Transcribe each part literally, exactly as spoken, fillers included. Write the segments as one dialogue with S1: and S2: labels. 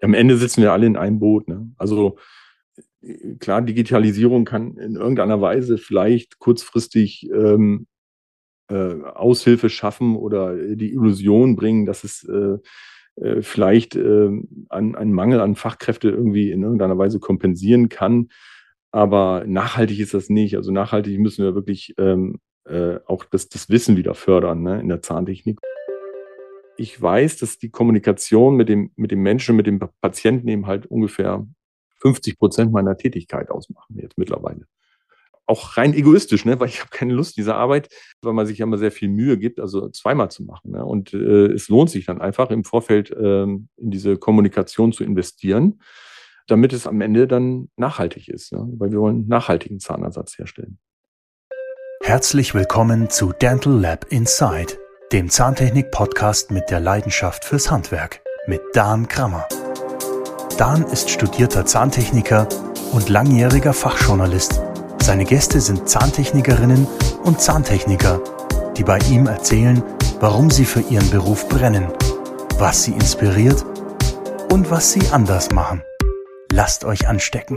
S1: Am Ende sitzen wir alle in einem Boot, ne? Also klar, Digitalisierung kann in irgendeiner Weise vielleicht kurzfristig ähm, äh, Aushilfe schaffen oder die Illusion bringen, dass es äh, äh, vielleicht äh, an, einen Mangel an Fachkräfte irgendwie in irgendeiner Weise kompensieren kann. Aber nachhaltig ist das nicht. Also nachhaltig müssen wir wirklich ähm, äh, auch das, das Wissen wieder fördern, ne, in der Zahntechnik. Ich weiß, dass die Kommunikation mit dem, mit dem Menschen, mit dem Patienten eben halt ungefähr fünfzig Prozent meiner Tätigkeit ausmachen jetzt mittlerweile. Auch rein egoistisch, ne, weil ich habe keine Lust, diese Arbeit, weil man sich ja immer sehr viel Mühe gibt, also zweimal zu machen. Ne? Und äh, es lohnt sich dann einfach im Vorfeld ähm, in diese Kommunikation zu investieren, damit es am Ende dann nachhaltig ist, ne? Weil wir wollen nachhaltigen Zahnersatz herstellen.
S2: Herzlich willkommen zu Dental Lab Inside, dem Zahntechnik-Podcast mit der Leidenschaft fürs Handwerk mit Dan Krammer. Dan ist studierter Zahntechniker und langjähriger Fachjournalist. Seine Gäste sind Zahntechnikerinnen und Zahntechniker, die bei ihm erzählen, warum sie für ihren Beruf brennen, was sie inspiriert und was sie anders machen. Lasst euch anstecken.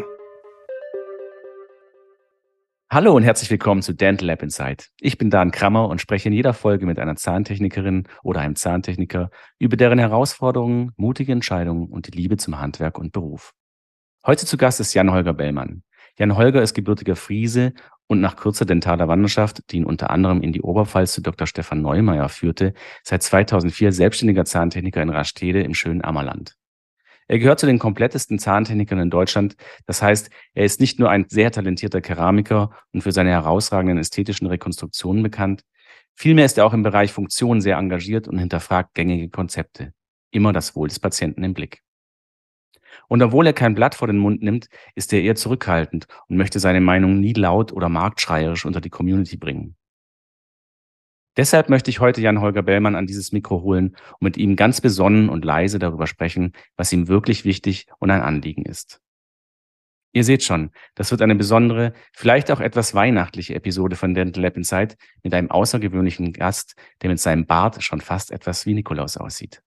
S3: Hallo und herzlich willkommen zu Dental Lab Inside. Ich bin Dan Krammer und spreche in jeder Folge mit einer Zahntechnikerin oder einem Zahntechniker über deren Herausforderungen, mutige Entscheidungen und die Liebe zum Handwerk und Beruf. Heute zu Gast ist Jan-Holger Bellmann. Jan-Holger ist gebürtiger Friese und nach kurzer dentaler Wanderschaft, die ihn unter anderem in die Oberpfalz zu Doktor Stefan Neumeier führte, seit zweitausendvier selbstständiger Zahntechniker in Rastede im schönen Ammerland. Er gehört zu den komplettesten Zahntechnikern in Deutschland. Das heißt, er ist nicht nur ein sehr talentierter Keramiker und für seine herausragenden ästhetischen Rekonstruktionen bekannt. Vielmehr ist er auch im Bereich Funktion sehr engagiert und hinterfragt gängige Konzepte. Immer das Wohl des Patienten im Blick. Und obwohl er kein Blatt vor den Mund nimmt, ist er eher zurückhaltend und möchte seine Meinung nie laut oder marktschreierisch unter die Community bringen. Deshalb möchte ich heute Jan-Holger Bellmann an dieses Mikro holen und mit ihm ganz besonnen und leise darüber sprechen, was ihm wirklich wichtig und ein Anliegen ist. Ihr seht schon, das wird eine besondere, vielleicht auch etwas weihnachtliche Episode von Dental Lab Inside mit einem außergewöhnlichen Gast, der mit seinem Bart schon fast etwas wie Nikolaus aussieht.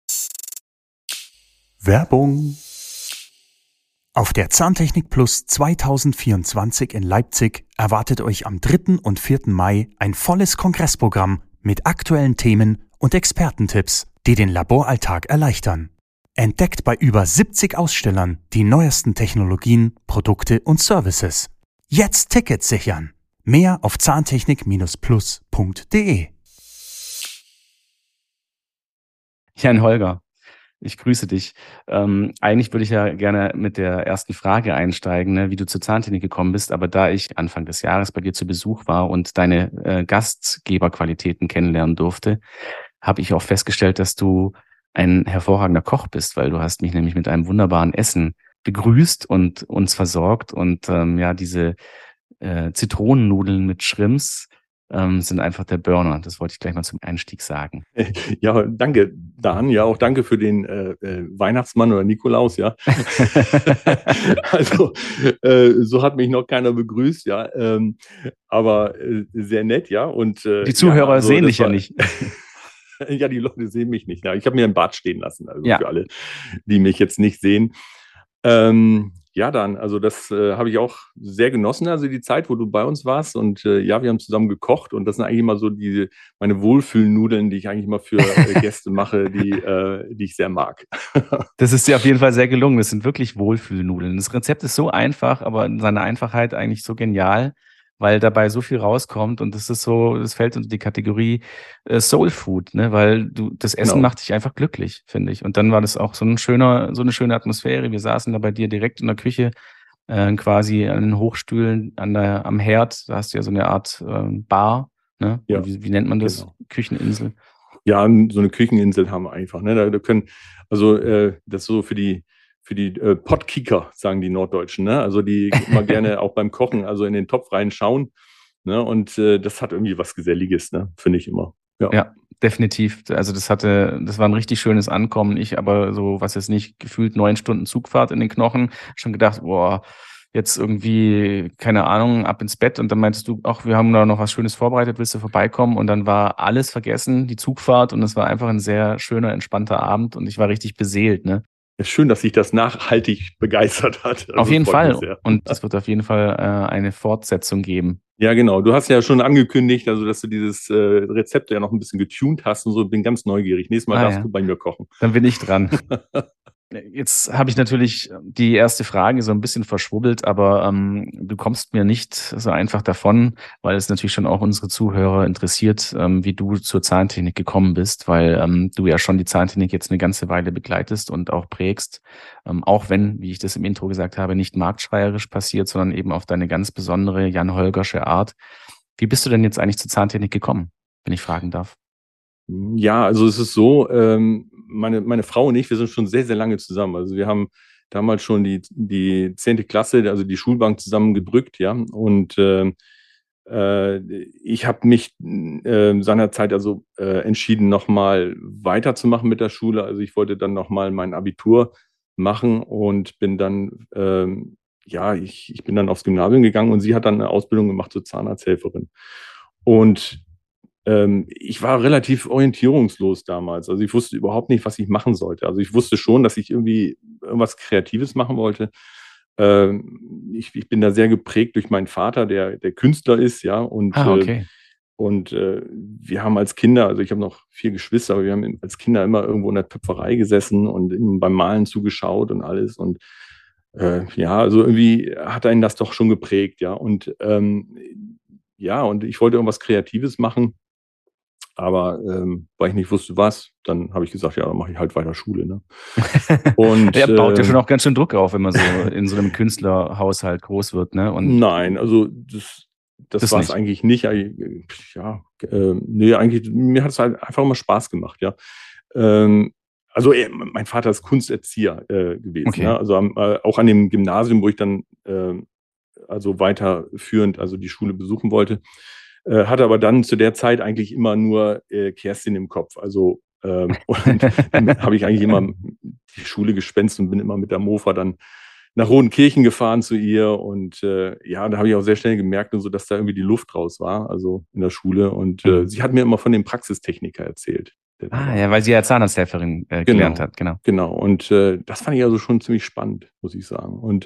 S2: Werbung. Auf der Zahntechnik Plus zweitausendvierundzwanzig in Leipzig erwartet euch am dritten und vierten Mai ein volles Kongressprogramm mit aktuellen Themen und Expertentipps, die den Laboralltag erleichtern. Entdeckt bei über siebzig Ausstellern die neuesten Technologien, Produkte und Services. Jetzt Tickets sichern. Mehr auf zahntechnik plus punkt de.
S3: Jan-Holger, ich grüße dich. Ähm, eigentlich würde ich ja gerne mit der ersten Frage einsteigen, ne, wie du zur Zahntechnik gekommen bist. Aber da ich Anfang des Jahres bei dir zu Besuch war und deine äh, Gastgeberqualitäten kennenlernen durfte, habe ich auch festgestellt, dass du ein hervorragender Koch bist, weil du hast mich nämlich mit einem wunderbaren Essen begrüßt und uns versorgt. Und ähm, ja, diese äh, Zitronennudeln mit Shrimps ähm, sind einfach der Burner. Das wollte ich gleich mal zum Einstieg sagen.
S1: Ja, danke, Dan. Ja, auch danke für den äh, äh, Weihnachtsmann oder Nikolaus, ja. Also, äh, so hat mich noch keiner begrüßt, ja. Ähm, aber äh, sehr nett, ja. Und äh,
S3: die Zuhörer
S1: ja, also,
S3: sehen dich
S1: war,
S3: ja nicht.
S1: Ja, die Leute sehen mich nicht. Ja, ich habe mir ein Bad stehen lassen, also
S3: ja.
S1: für alle, die mich jetzt nicht sehen. Ähm, ja, dann, also das äh, habe ich auch sehr genossen, also die Zeit, wo du bei uns warst. Und äh, ja, wir haben zusammen gekocht und das sind eigentlich immer so die, meine Wohlfühlnudeln, die ich eigentlich immer für äh, Gäste mache, die, äh, die ich sehr mag.
S3: Das ist dir auf jeden Fall sehr gelungen. Das sind wirklich Wohlfühlnudeln. Das Rezept ist so einfach, aber in seiner Einfachheit eigentlich so genial, weil dabei so viel rauskommt und das ist so, das fällt unter die Kategorie äh, Soul Food, ne, weil du, das Essen
S1: Genau.
S3: macht dich einfach glücklich, finde ich. Und dann war das auch so ein schöner, so eine schöne Atmosphäre. Wir saßen da bei dir direkt in der Küche, äh, quasi an den Hochstühlen, an der, am Herd. Da hast du ja so eine Art äh, Bar, ne?
S1: Ja,
S3: wie, wie nennt man das?
S1: genau.
S3: Kücheninsel.
S1: Ja, so eine Kücheninsel haben wir einfach, ne, da, da können, also äh, das so für die Für die äh, Pottkicker, sagen die Norddeutschen, ne? Also die immer gerne auch beim Kochen, also in den Topf reinschauen. Ne? Und äh, das hat irgendwie was Geselliges, ne? Finde ich immer. Ja.
S3: ja, definitiv. Also das hatte, das war ein richtig schönes Ankommen. Ich aber so, was jetzt nicht, gefühlt neun Stunden Zugfahrt in den Knochen, schon gedacht, boah, jetzt irgendwie, keine Ahnung, ab ins Bett. Und dann meintest du, ach, wir haben da noch was Schönes vorbereitet, willst du vorbeikommen? Und dann war alles vergessen, die Zugfahrt. Und es war einfach ein sehr schöner, entspannter Abend. Und ich war richtig beseelt, ne?
S1: Ja, schön, dass sich das nachhaltig begeizert hat. Also
S3: Auf jeden
S1: freut mich
S3: Fall.
S1: sehr.
S3: Und es wird auf jeden Fall äh, eine Fortsetzung geben.
S1: Ja, genau. Du hast ja schon angekündigt, also dass du dieses äh, Rezept ja noch ein bisschen getuned hast und so. Bin ganz neugierig. Nächstes Mal
S3: Ah,
S1: darfst
S3: ja.
S1: du bei mir kochen.
S3: Dann bin ich dran. Jetzt habe ich natürlich die erste Frage so ein bisschen verschwubbelt, aber ähm, du kommst mir nicht so einfach davon, weil es natürlich schon auch unsere Zuhörer interessiert, ähm, wie du zur Zahntechnik gekommen bist, weil ähm, du ja schon die Zahntechnik jetzt eine ganze Weile begleitest und auch prägst, ähm, auch wenn, wie ich das im Intro gesagt habe, nicht marktschreierisch passiert, sondern eben auf deine ganz besondere Jan Holgersche Art. Wie bist du denn jetzt eigentlich zur Zahntechnik gekommen, wenn ich fragen darf?
S1: Ja, also es ist so, ähm, meine, meine Frau und ich, wir sind schon sehr, sehr lange zusammen. Also wir haben damals schon die, die zehnte Klasse, also die Schulbank zusammen gedrückt, ja. Und ähm, äh, ich habe mich äh, seinerzeit also äh, entschieden, nochmal weiterzumachen mit der Schule. Also ich wollte dann nochmal mein Abitur machen und bin dann, ähm, ja, ich, ich bin dann aufs Gymnasium gegangen und sie hat dann eine Ausbildung gemacht zur Zahnarzthelferin. Und ähm, ich war relativ orientierungslos damals. Also ich wusste überhaupt nicht, was ich machen sollte. Also ich wusste schon, dass ich irgendwie irgendwas Kreatives machen wollte. Ähm, ich, ich bin da sehr geprägt durch meinen Vater, der, der Künstler ist, ja. Und,
S3: Ah,
S1: äh,
S3: okay.
S1: und äh, wir haben als Kinder, also ich habe noch vier Geschwister, aber wir haben als Kinder immer irgendwo in der Töpferei gesessen und beim Malen zugeschaut und alles. Und äh, ja, also irgendwie hat einen das doch schon geprägt, ja. Und ähm, ja, und ich wollte irgendwas Kreatives machen. Aber ähm, weil ich nicht wusste, was, dann habe ich gesagt, ja, dann mache ich halt weiter Schule. Ne? Und
S3: Er baut ja schon
S1: ähm,
S3: auch ganz schön Druck auf, wenn man so in so einem Künstlerhaushalt groß wird, ne? Und
S1: nein, also das, das
S3: das
S1: war es
S3: nicht.
S1: eigentlich nicht. Eigentlich, ja, äh, nee, eigentlich, mir hat es halt einfach immer Spaß gemacht, ja. Ähm, also er, mein Vater ist Kunsterzieher äh, gewesen,
S3: Okay.
S1: ne? Also am, äh, auch an dem Gymnasium, wo ich dann äh, also weiterführend, also die Schule besuchen wollte, äh, hatte aber dann zu der Zeit eigentlich immer nur äh, Kerstin im Kopf. Also ähm, und dann habe ich eigentlich immer die Schule geschwänzt und bin immer mit der Mofa dann nach Rodenkirchen gefahren zu ihr. Und äh, ja, da habe ich auch sehr schnell gemerkt, und so, dass da irgendwie die Luft raus war, also in der Schule. Und äh,
S3: Mhm.
S1: sie hat mir immer von dem Praxistechniker erzählt, der da
S3: Ah,
S1: war.
S3: ja, weil sie ja Zahnarzthelferin äh, gelernt
S1: Genau,
S3: hat, genau.
S1: genau. Und äh, das fand ich also schon ziemlich spannend, muss ich sagen. Und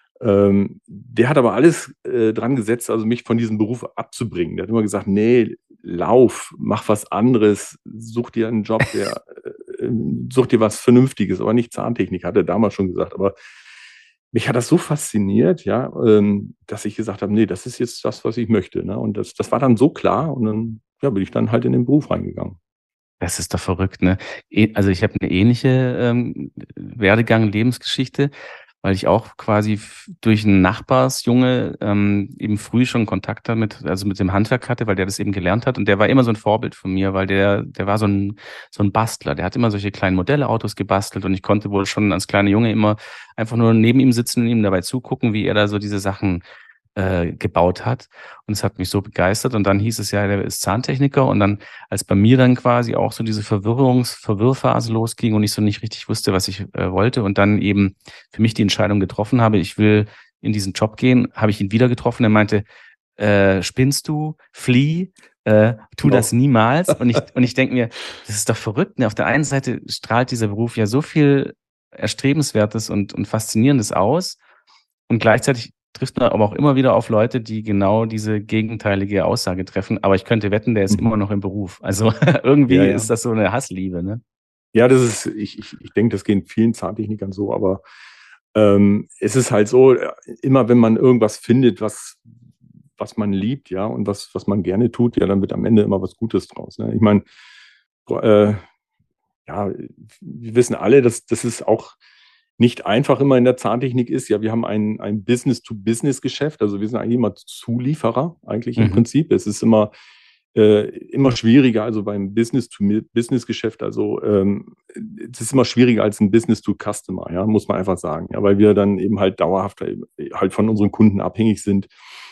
S1: ähm, der hat aber alles äh, dran gesetzt, also mich von diesem Beruf abzubringen. Der hat immer gesagt, nee, lauf, mach was anderes, such dir einen Job, der, äh, such dir was Vernünftiges, aber nicht Zahntechnik, hat er damals schon gesagt. Aber mich hat das so fasziniert, ja, ähm, dass ich gesagt habe, nee, das ist jetzt das, was ich möchte. Ne? Und das, das war dann so klar und dann ja, bin ich dann halt in den Beruf reingegangen.
S3: Das ist doch verrückt, ne? Eh- Also ich habe eine ähnliche ähm, Werdegang, Lebensgeschichte, weil ich auch quasi f- durch einen Nachbarsjunge ähm, eben früh schon Kontakt damit, also mit dem Handwerk hatte, weil der das eben gelernt hat und der war immer so ein Vorbild von mir, weil der, der war so ein so ein Bastler, der hat immer solche kleinen Modellautos gebastelt und ich konnte wohl schon als kleiner Junge immer einfach nur neben ihm sitzen und ihm dabei zugucken, wie er da so diese Sachen äh, gebaut hat. Und es hat mich so begeistert. Und dann hieß es ja, der ist Zahntechniker. Und dann, als bei mir dann quasi auch so diese Verwirrungs-, Verwirrphase losging und ich so nicht richtig wusste, was ich äh, wollte und dann eben für mich die Entscheidung getroffen habe, ich will in diesen Job gehen, habe ich ihn wieder getroffen. Er meinte, äh, spinnst du? Flieh? Äh, tu das
S1: Genau.
S3: niemals. Und ich, und ich denke mir, das ist doch verrückt. Ne? Auf der einen Seite strahlt dieser Beruf ja so viel Erstrebenswertes und, und Faszinierendes aus. Und gleichzeitig trifft man aber auch immer wieder auf Leute, die genau diese gegenteilige Aussage treffen. Aber ich könnte wetten, der ist
S1: Mhm.
S3: immer noch im Beruf. Also
S1: Ja,
S3: irgendwie
S1: ja.
S3: ist das so eine Hassliebe, ne?
S1: Ja, das ist, ich, ich, ich denke, das geht vielen Zahntechnikern so, aber ähm, es ist halt so, äh, immer wenn man irgendwas findet, was, was man liebt, ja, und was, was man gerne tut, ja, dann wird am Ende immer was Gutes draus. Ne? Ich meine, äh, ja, wir wissen alle, dass, dass es auch nicht einfach immer in der Zahntechnik ist. Ja, wir haben ein, ein Business-to-Business-Geschäft, also wir sind eigentlich immer Zulieferer, eigentlich im
S3: Mhm.
S1: Prinzip. Es ist immer, äh, immer schwieriger, also beim Business-to-Business-Geschäft, also ähm, es ist immer schwieriger als ein Business-to-Customer, ja, muss man einfach sagen, ja, weil wir dann eben halt dauerhaft halt von unseren Kunden abhängig sind.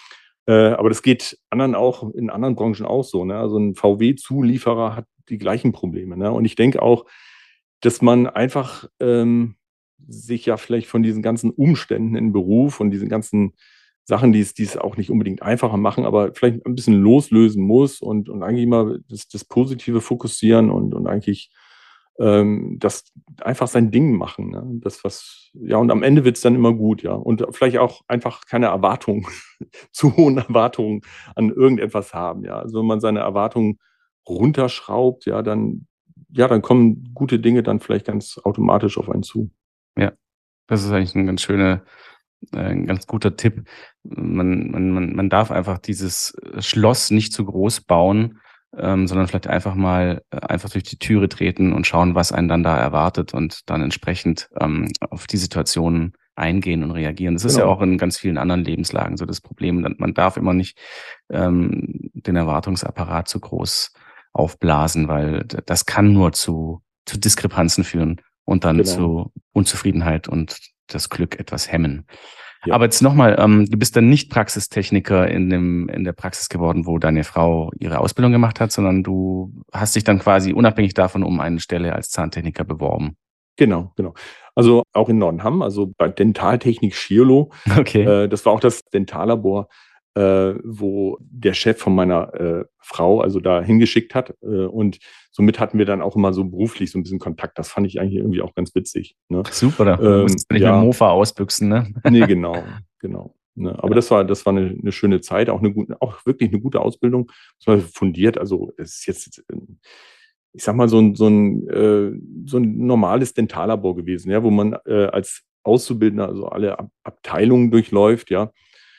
S1: Äh, aber das geht anderen auch, in anderen Branchen auch so. Ne? Also ein V W-Zulieferer hat die gleichen Probleme. Ne? Und ich denke auch, dass man einfach ähm, sich ja vielleicht von diesen ganzen Umständen im Beruf und diesen ganzen Sachen, die es, die es auch nicht unbedingt einfacher machen, aber vielleicht ein bisschen loslösen muss und, und eigentlich immer das, das Positive fokussieren und, und eigentlich ähm, das einfach sein Ding machen. Ne? Das, was, ja, und am Ende wird es dann immer gut, ja. Und vielleicht auch einfach keine Erwartungen, zu hohen Erwartungen an irgendetwas haben, ja. Also wenn man seine Erwartungen runterschraubt, ja, dann, ja, dann kommen gute Dinge dann vielleicht ganz automatisch auf einen zu.
S3: Ja, das ist eigentlich ein ganz schöner, äh, ein ganz guter Tipp. Man man man man darf einfach dieses äh, Schloss nicht zu groß bauen, ähm, sondern vielleicht einfach mal äh, einfach durch die Türe treten und schauen, was einen dann da erwartet und dann entsprechend, ähm, auf die Situationen eingehen und reagieren. Das ist ja
S1: Genau,
S3: auch in ganz vielen anderen Lebenslagen so das Problem. Man man darf immer nicht, ähm, den Erwartungsapparat zu groß aufblasen, weil d das kann nur zu zu Diskrepanzen führen und dann
S1: genau.
S3: zu Unzufriedenheit und das Glück etwas hemmen.
S1: Ja.
S3: Aber jetzt nochmal, ähm, du bist dann nicht Praxistechniker in dem, in der Praxis geworden, wo deine Frau ihre Ausbildung gemacht hat, sondern du hast dich dann quasi unabhängig davon um eine Stelle als Zahntechniker beworben.
S1: Genau, genau. Also auch in Nordenham, also bei Dentaltechnik Schierloh,
S3: Okay.
S1: äh, das war auch das Dentallabor, äh, wo der Chef von meiner äh, Frau also da hingeschickt hat. Äh, und somit hatten wir dann auch immer so beruflich so ein bisschen Kontakt. Das fand ich eigentlich irgendwie auch ganz witzig. Ne?
S3: Super, da
S1: Ähm,
S3: musstest du nicht mit dem
S1: ja,
S3: Mofa ausbüchsen, ne?
S1: nee, genau, genau. Ne? Aber
S3: Ja.
S1: das war, das war eine, eine schöne Zeit, auch eine gute, auch wirklich eine gute Ausbildung. Das war fundiert. Also es ist jetzt, äh, ich sag mal, so ein, so ein, äh, so ein normales Dentallabor gewesen, ja, wo man äh, als Auszubildender also alle Ab Abteilungen durchläuft, ja.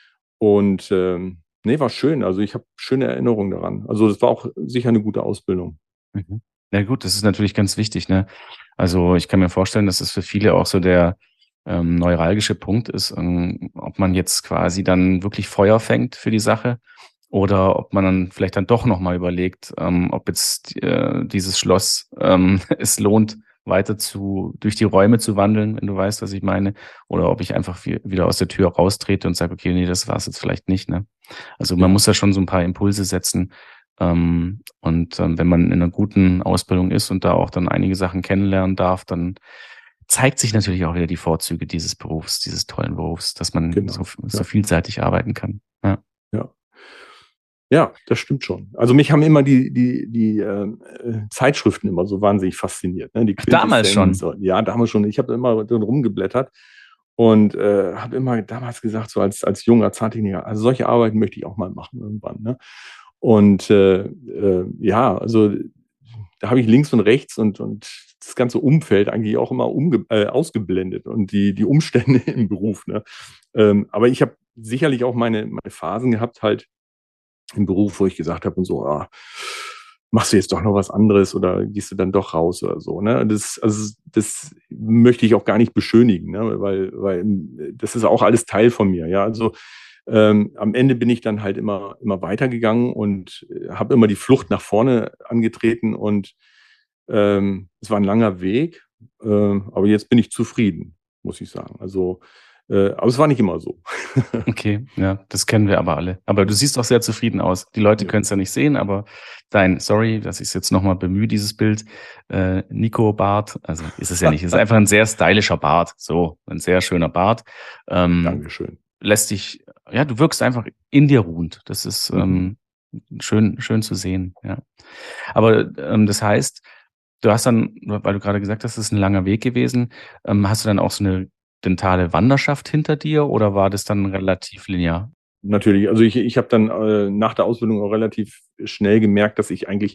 S1: Und ähm, nee, war schön. Also ich habe schöne Erinnerungen daran. Also das war auch sicher eine gute Ausbildung.
S3: Mhm. Ja gut, das ist natürlich ganz wichtig, ne? Also ich kann mir vorstellen, dass es für viele auch so der ähm, neuralgische Punkt ist, ähm, ob man jetzt quasi dann wirklich Feuer fängt für die Sache oder ob man dann vielleicht dann doch nochmal überlegt, ähm, ob jetzt äh, dieses Schloss ähm, es lohnt, weiter zu durch die Räume zu wandeln, wenn du weißt, was ich meine, oder ob ich einfach wie, wieder aus der Tür raustrete und sage, okay, nee, das war es jetzt vielleicht nicht, ne? Also man
S1: Ja,
S3: muss da schon so ein paar Impulse setzen, ähm, und ähm, wenn man in einer guten Ausbildung ist und da auch dann einige Sachen kennenlernen darf, dann zeigt sich natürlich auch wieder die Vorzüge dieses Berufs, dieses tollen Berufs, dass man so,
S1: genau.
S3: so
S1: Ja,
S3: vielseitig arbeiten kann. Ja.
S1: ja. Ja, das stimmt schon. Also mich haben immer die, die, die ähm, äh, Zeitschriften immer so wahnsinnig fasziniert. Ne? Die
S3: Ach, damals
S1: Quintessenz.
S3: schon.
S1: Und, ja, damals schon. Ich habe immer drin rumgeblättert und äh, habe immer damals gesagt, so als, als junger Zahntechniker, also solche Arbeiten möchte ich auch mal machen irgendwann. Ne? Und äh, äh, ja, also da habe ich links und rechts und, und das ganze Umfeld eigentlich auch immer umge äh, ausgeblendet und die, die Umstände im Beruf. Ne? Ähm, aber ich habe sicherlich auch meine, meine Phasen gehabt, halt im Beruf, wo ich gesagt habe und so, ah, machst du jetzt doch noch was anderes oder gehst du dann doch raus oder so. Ne? Das, also das möchte ich auch gar nicht beschönigen, ne? weil, weil das ist auch alles Teil von mir. Ja, also ähm, am Ende bin ich dann halt immer, immer weitergegangen und äh, habe immer die Flucht nach vorne angetreten und ähm, es war ein langer Weg, äh, aber jetzt bin ich zufrieden, muss ich sagen. Also, äh, aber es war nicht immer so.
S3: Okay, ja, das kennen wir aber alle. Aber du siehst auch sehr zufrieden aus. Die Leute
S1: Ja.
S3: können es ja nicht sehen, aber dein, sorry, dass ich es jetzt nochmal bemühe, dieses Bild, äh, Nico-Bart, also ist es ja nicht, es ist einfach ein sehr stylischer Bart, so, ein sehr schöner Bart. Ähm,
S1: Dankeschön.
S3: lässt dich, ja, du wirkst einfach in dir ruhend. Das ist
S1: Mhm.
S3: ähm, schön, schön zu sehen, ja. Aber ähm, das heißt, du hast dann, weil du gerade gesagt hast, es ist ein langer Weg gewesen, ähm, hast du dann auch so eine dentale Wanderschaft hinter dir oder war das dann relativ linear?
S1: Natürlich. Also ich, ich habe dann äh, nach der Ausbildung auch relativ schnell gemerkt, dass ich eigentlich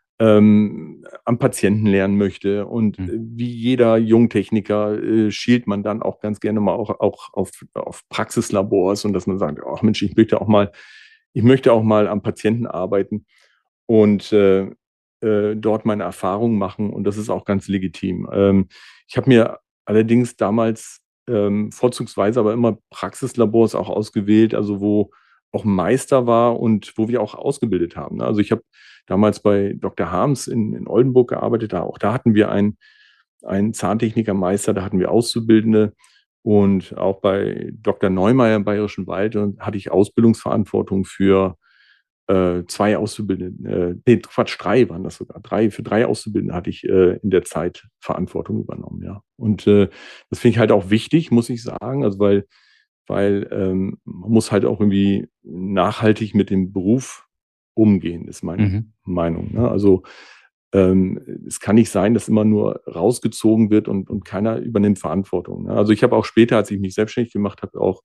S1: ähm, am Patienten lernen möchte. Und
S3: Mhm.
S1: äh, wie jeder Jungtechniker äh, schielt man dann auch ganz gerne mal auch, auch auf, auf Praxislabors und dass man sagt, ach Mensch, ich möchte auch mal, ich möchte auch mal am Patienten arbeiten und äh, äh, dort meine Erfahrungen machen. Und das ist auch ganz legitim. Ähm, ich habe mir allerdings damals ähm, vorzugsweise aber immer Praxislabors auch ausgewählt, also wo auch ein Meister war und wo wir auch ausgebildet haben. Ne? Also ich habe damals bei Doktor Harms in, in Oldenburg gearbeitet, da, auch da hatten wir einen, einen Zahntechnikermeister, da hatten wir Auszubildende und auch bei Doktor Neumeier im Bayerischen Wald und hatte ich Ausbildungsverantwortung für äh, zwei Auszubildende, äh, nee, Quatsch, drei waren das sogar. Drei, für drei Auszubildende hatte ich äh, in der Zeit Verantwortung übernommen, ja. Und äh, das finde ich halt auch wichtig, muss ich sagen, also weil, weil ähm, man muss halt auch irgendwie nachhaltig mit dem Beruf umgehen, ist meine
S3: Mhm.
S1: Meinung. Ne? Also ähm, es kann nicht sein, dass immer nur rausgezogen wird und, und keiner übernimmt Verantwortung. Ne? Also ich habe auch später, als ich mich selbstständig gemacht habe, auch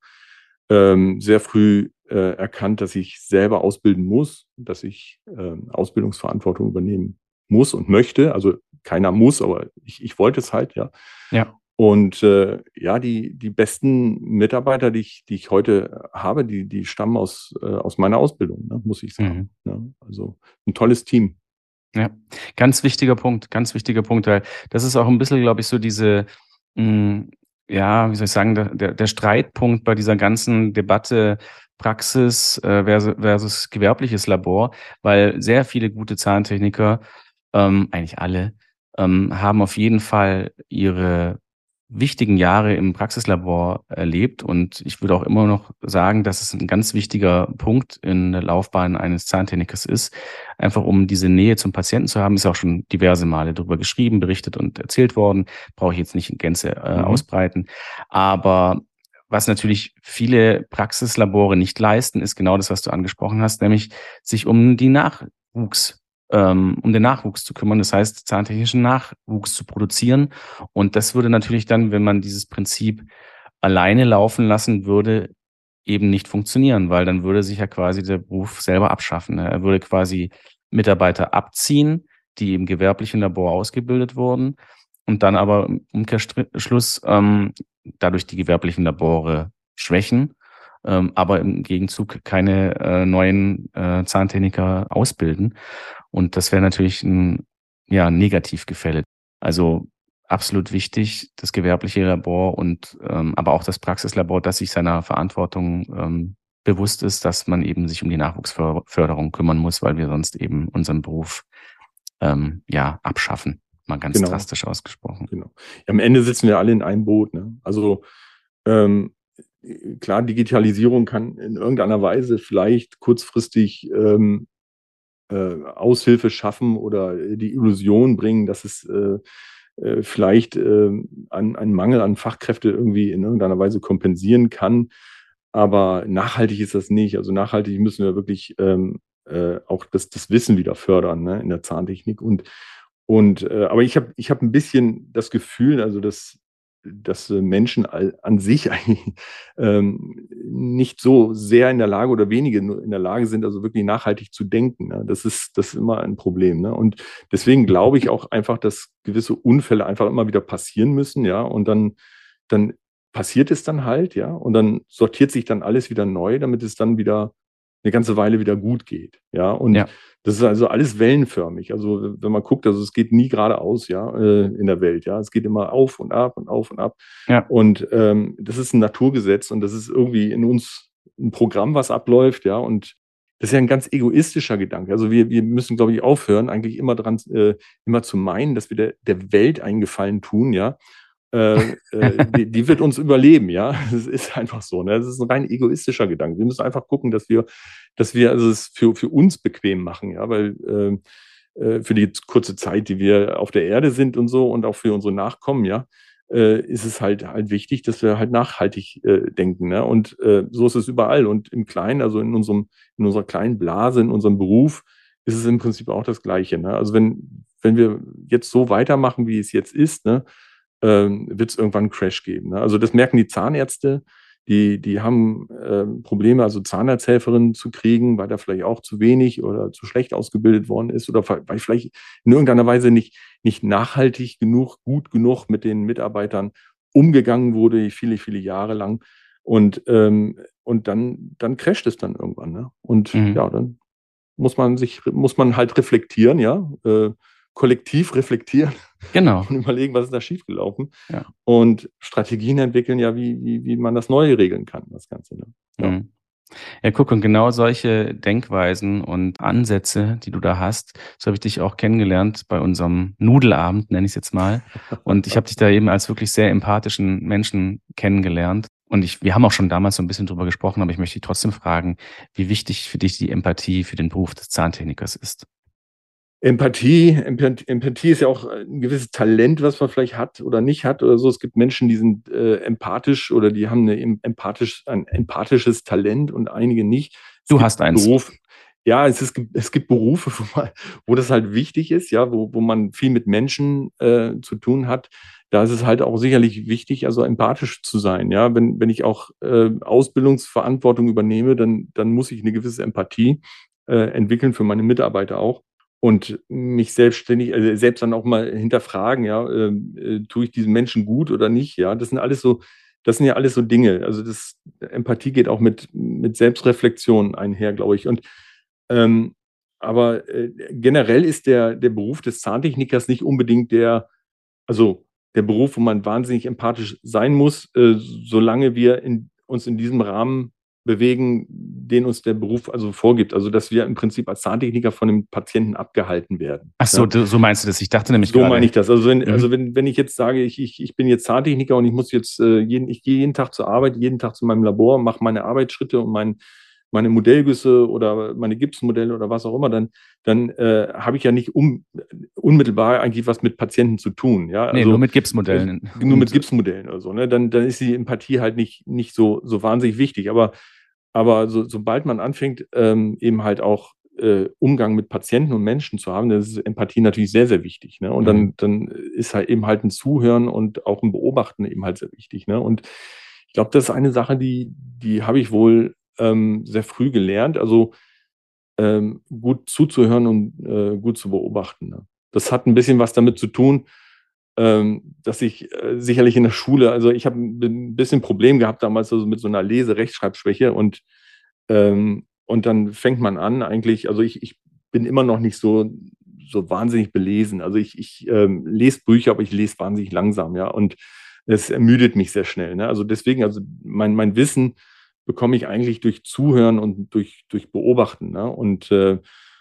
S1: ähm, sehr früh äh, erkannt, dass ich selber ausbilden muss, dass ich ähm, Ausbildungsverantwortung übernehmen muss und möchte. Also keiner muss, aber ich, ich wollte es halt, ja.
S3: Ja.
S1: Und äh, ja, die, die besten Mitarbeiter, die ich, die ich heute habe, die, die stammen aus, äh, aus meiner Ausbildung, ne, muss ich sagen.
S3: Mhm.
S1: Ne? Also ein tolles Team.
S3: Ja, ganz wichtiger Punkt, ganz wichtiger Punkt, weil das ist auch ein bisschen, glaube ich, so diese, hm, ja, wie soll ich sagen, der der der Streitpunkt bei dieser ganzen Debatte Praxis, äh, versu versus gewerbliches Labor, weil sehr viele gute Zahntechniker, ähm, eigentlich alle, ähm, haben auf jeden Fall ihre wichtigen Jahre im Praxislabor erlebt. Und ich würde auch immer noch sagen, dass es ein ganz wichtiger Punkt in der Laufbahn eines Zahntechnikers ist, einfach um diese Nähe zum Patienten zu haben. Ist auch schon diverse Male darüber geschrieben, berichtet und erzählt worden. Brauche ich jetzt nicht in Gänze äh,
S1: Mhm.
S3: ausbreiten. Aber was natürlich viele Praxislabore nicht leisten, ist genau das, was du angesprochen hast, nämlich sich um die Nachwuchs ähm, um den Nachwuchs zu kümmern. Das heißt, zahntechnischen Nachwuchs zu produzieren. Und das würde natürlich dann, wenn man dieses Prinzip alleine laufen lassen würde, eben nicht funktionieren, weil dann würde sich ja quasi der Beruf selber abschaffen. Ne? Er würde quasi Mitarbeiter abziehen, die im gewerblichen Labor ausgebildet wurden und dann aber im Umkehrschluss ähm, dadurch die gewerblichen Labore schwächen, ähm, aber im Gegenzug keine äh, neuen äh, Zahntechniker ausbilden. Und das wäre natürlich ein ja, Negativgefälle. Also absolut wichtig, das gewerbliche Labor und ähm, aber auch das Praxislabor, dass sich seiner Verantwortung ähm, bewusst ist, dass man eben sich um die Nachwuchsförderung kümmern muss, weil wir sonst eben unseren Beruf ähm, ja abschaffen. Mal ganz
S1: Genau.
S3: drastisch ausgesprochen.
S1: Genau. Ja, am Ende sitzen wir alle in einem Boot. Ne? Also ähm, klar, Digitalisierung kann in irgendeiner Weise vielleicht kurzfristig ähm, äh, Aushilfe schaffen oder die Illusion bringen, dass es äh, äh, vielleicht äh, einen, einen Mangel an Fachkräfte irgendwie in irgendeiner Weise kompensieren kann. Aber nachhaltig ist das nicht. Also nachhaltig müssen wir wirklich ähm, äh, auch das, das Wissen wieder fördern, ne, in der Zahntechnik. Und, und äh, aber ich habe ich hab ein bisschen das Gefühl, also dass, dass äh, Menschen all, an sich eigentlich ähm, nicht so sehr in der Lage oder wenige nur in der Lage sind, also wirklich nachhaltig zu denken. Ne? Das ist, das ist immer ein Problem. Ne? Und deswegen glaube ich auch einfach, dass gewisse Unfälle einfach immer wieder passieren müssen, ja, und dann, dann passiert es dann halt, ja, und dann sortiert sich dann alles wieder neu, damit es dann wieder eine ganze Weile wieder gut geht, ja, und
S3: Ja.
S1: das ist also alles wellenförmig. Also wenn man guckt, also es geht nie geradeaus, ja, äh, in der Welt, ja, es geht immer auf und ab und auf und ab.
S3: Ja.
S1: Und ähm, das ist ein Naturgesetz und das ist irgendwie in uns ein Programm, was abläuft, ja, und das ist ja ein ganz egoistischer Gedanke. Also wir, wir müssen, glaube ich, aufhören, eigentlich immer dran, äh, immer zu meinen, dass wir der, der Welt einen Gefallen tun, ja. Äh, äh, die, die wird uns überleben, ja. Das ist einfach so. Ne? Das ist ein rein egoistischer Gedanke. Wir müssen einfach gucken, dass wir, dass wir also es für, für uns bequem machen, ja, weil äh, äh, für die kurze Zeit, die wir auf der Erde sind und so und auch für unsere Nachkommen, ja, äh, ist es halt halt wichtig, dass wir halt nachhaltig äh, denken. Ne? Und äh, so ist es überall. Und im Kleinen, also in unserem, in unserer kleinen Blase, in unserem Beruf, ist es im Prinzip auch das Gleiche. Ne? Also wenn, wenn wir jetzt so weitermachen, wie es jetzt ist, ne, ähm, wird es irgendwann einen Crash geben. Ne? Also das merken die Zahnärzte, die, die haben ähm, Probleme, also Zahnarzthelferinnen zu kriegen, weil da vielleicht auch zu wenig oder zu schlecht ausgebildet worden ist oder weil vielleicht in irgendeiner Weise nicht, nicht nachhaltig genug, gut genug mit den Mitarbeitern umgegangen wurde, viele, viele Jahre lang. Und, ähm, und dann, dann crasht es dann irgendwann. Ne? Und
S3: Mhm.
S1: ja, dann muss man sich, muss man halt reflektieren, ja, äh, kollektiv reflektieren
S3: Genau.
S1: und überlegen, was ist da schiefgelaufen.
S3: Ja.
S1: Und Strategien entwickeln, ja, wie, wie, wie man das neu regeln kann, das Ganze. Ne? Ja.
S3: Mhm. Ja, guck, und genau solche Denkweisen und Ansätze, die du da hast, so habe ich dich auch kennengelernt bei unserem Nudelabend, nenne ich es jetzt mal. Und ich habe dich da eben als wirklich sehr empathischen Menschen kennengelernt. Und ich, wir haben auch schon damals so ein bisschen drüber gesprochen, aber ich möchte dich trotzdem fragen, wie wichtig für dich die Empathie für den Beruf des Zahntechnikers ist.
S1: Empathie, Empathie, Empathie ist ja auch ein gewisses Talent, was man vielleicht hat oder nicht hat oder so. Es gibt Menschen, die sind äh, empathisch oder die haben eine empathisch, ein empathisches Talent und einige nicht. Es
S3: Du
S1: gibt
S3: hast eins.
S1: Beruf, ja, es, ist, es gibt Berufe, wo, man, wo das halt wichtig ist, ja, wo, wo man viel mit Menschen äh, zu tun hat. Da ist es halt auch sicherlich wichtig, also empathisch zu sein. Ja, wenn, wenn ich auch äh, Ausbildungsverantwortung übernehme, dann, dann muss ich eine gewisse Empathie äh, entwickeln für meine Mitarbeiter auch. Und mich selbstständig, also selbst dann auch mal hinterfragen, ja, äh, äh, tue ich diesen Menschen gut oder nicht? Ja, das sind alles so, das sind ja alles so Dinge. Also das Empathie geht auch mit, mit Selbstreflexion einher, glaube ich. Und ähm, aber äh, generell ist der, der Beruf des Zahntechnikers nicht unbedingt der, also der Beruf, wo man wahnsinnig empathisch sein muss, äh, solange wir in, uns in diesem Rahmen bewegen, den uns der Beruf also vorgibt. Also dass wir im Prinzip als Zahntechniker von dem Patienten abgehalten werden.
S3: Ach so,
S1: Ja?
S3: du, so meinst du das? Ich dachte nämlich
S1: So
S3: gerade.
S1: meine ich das. Also wenn,
S3: Mhm.
S1: also wenn, wenn ich jetzt sage, ich, ich, ich bin jetzt Zahntechniker und ich muss jetzt äh, jeden, ich gehe jeden Tag zur Arbeit, jeden Tag zu meinem Labor, mache meine Arbeitsschritte und mein, meine Modellgüsse oder meine Gipsmodelle oder was auch immer, dann, dann äh, habe ich ja nicht um, unmittelbar eigentlich was mit Patienten zu tun. Ja?
S3: Nee,
S1: Also,
S3: nur mit Gipsmodellen.
S1: Äh, nur mit Gipsmodellen oder so. Ne? Dann, dann ist die Empathie halt nicht, nicht so, so wahnsinnig wichtig. Aber, aber so, sobald man anfängt, ähm, eben halt auch äh, Umgang mit Patienten und Menschen zu haben, dann ist Empathie natürlich sehr, sehr wichtig. Ne? Und
S3: Mhm.
S1: dann, dann ist halt eben halt ein Zuhören und auch ein Beobachten eben halt sehr wichtig. Ne? Und ich glaube, das ist eine Sache, die, die habe ich wohl ähm, sehr früh gelernt. Also ähm, gut zuzuhören und äh, gut zu beobachten. Ne? Das hat ein bisschen was damit zu tun, ähm, dass ich äh, sicherlich in der Schule, also ich habe ein bisschen Problem gehabt damals also mit so einer Lese-Rechtschreibschwäche und, ähm, und dann fängt man an eigentlich, also ich, ich bin immer noch nicht so, so wahnsinnig belesen. Also ich, ich ähm, lese Bücher, aber ich lese wahnsinnig langsam, ja, und es ermüdet mich sehr schnell. Ne? Also deswegen, also mein, mein Wissen bekomme ich eigentlich durch Zuhören und durch, durch Beobachten. Ne? Und, äh,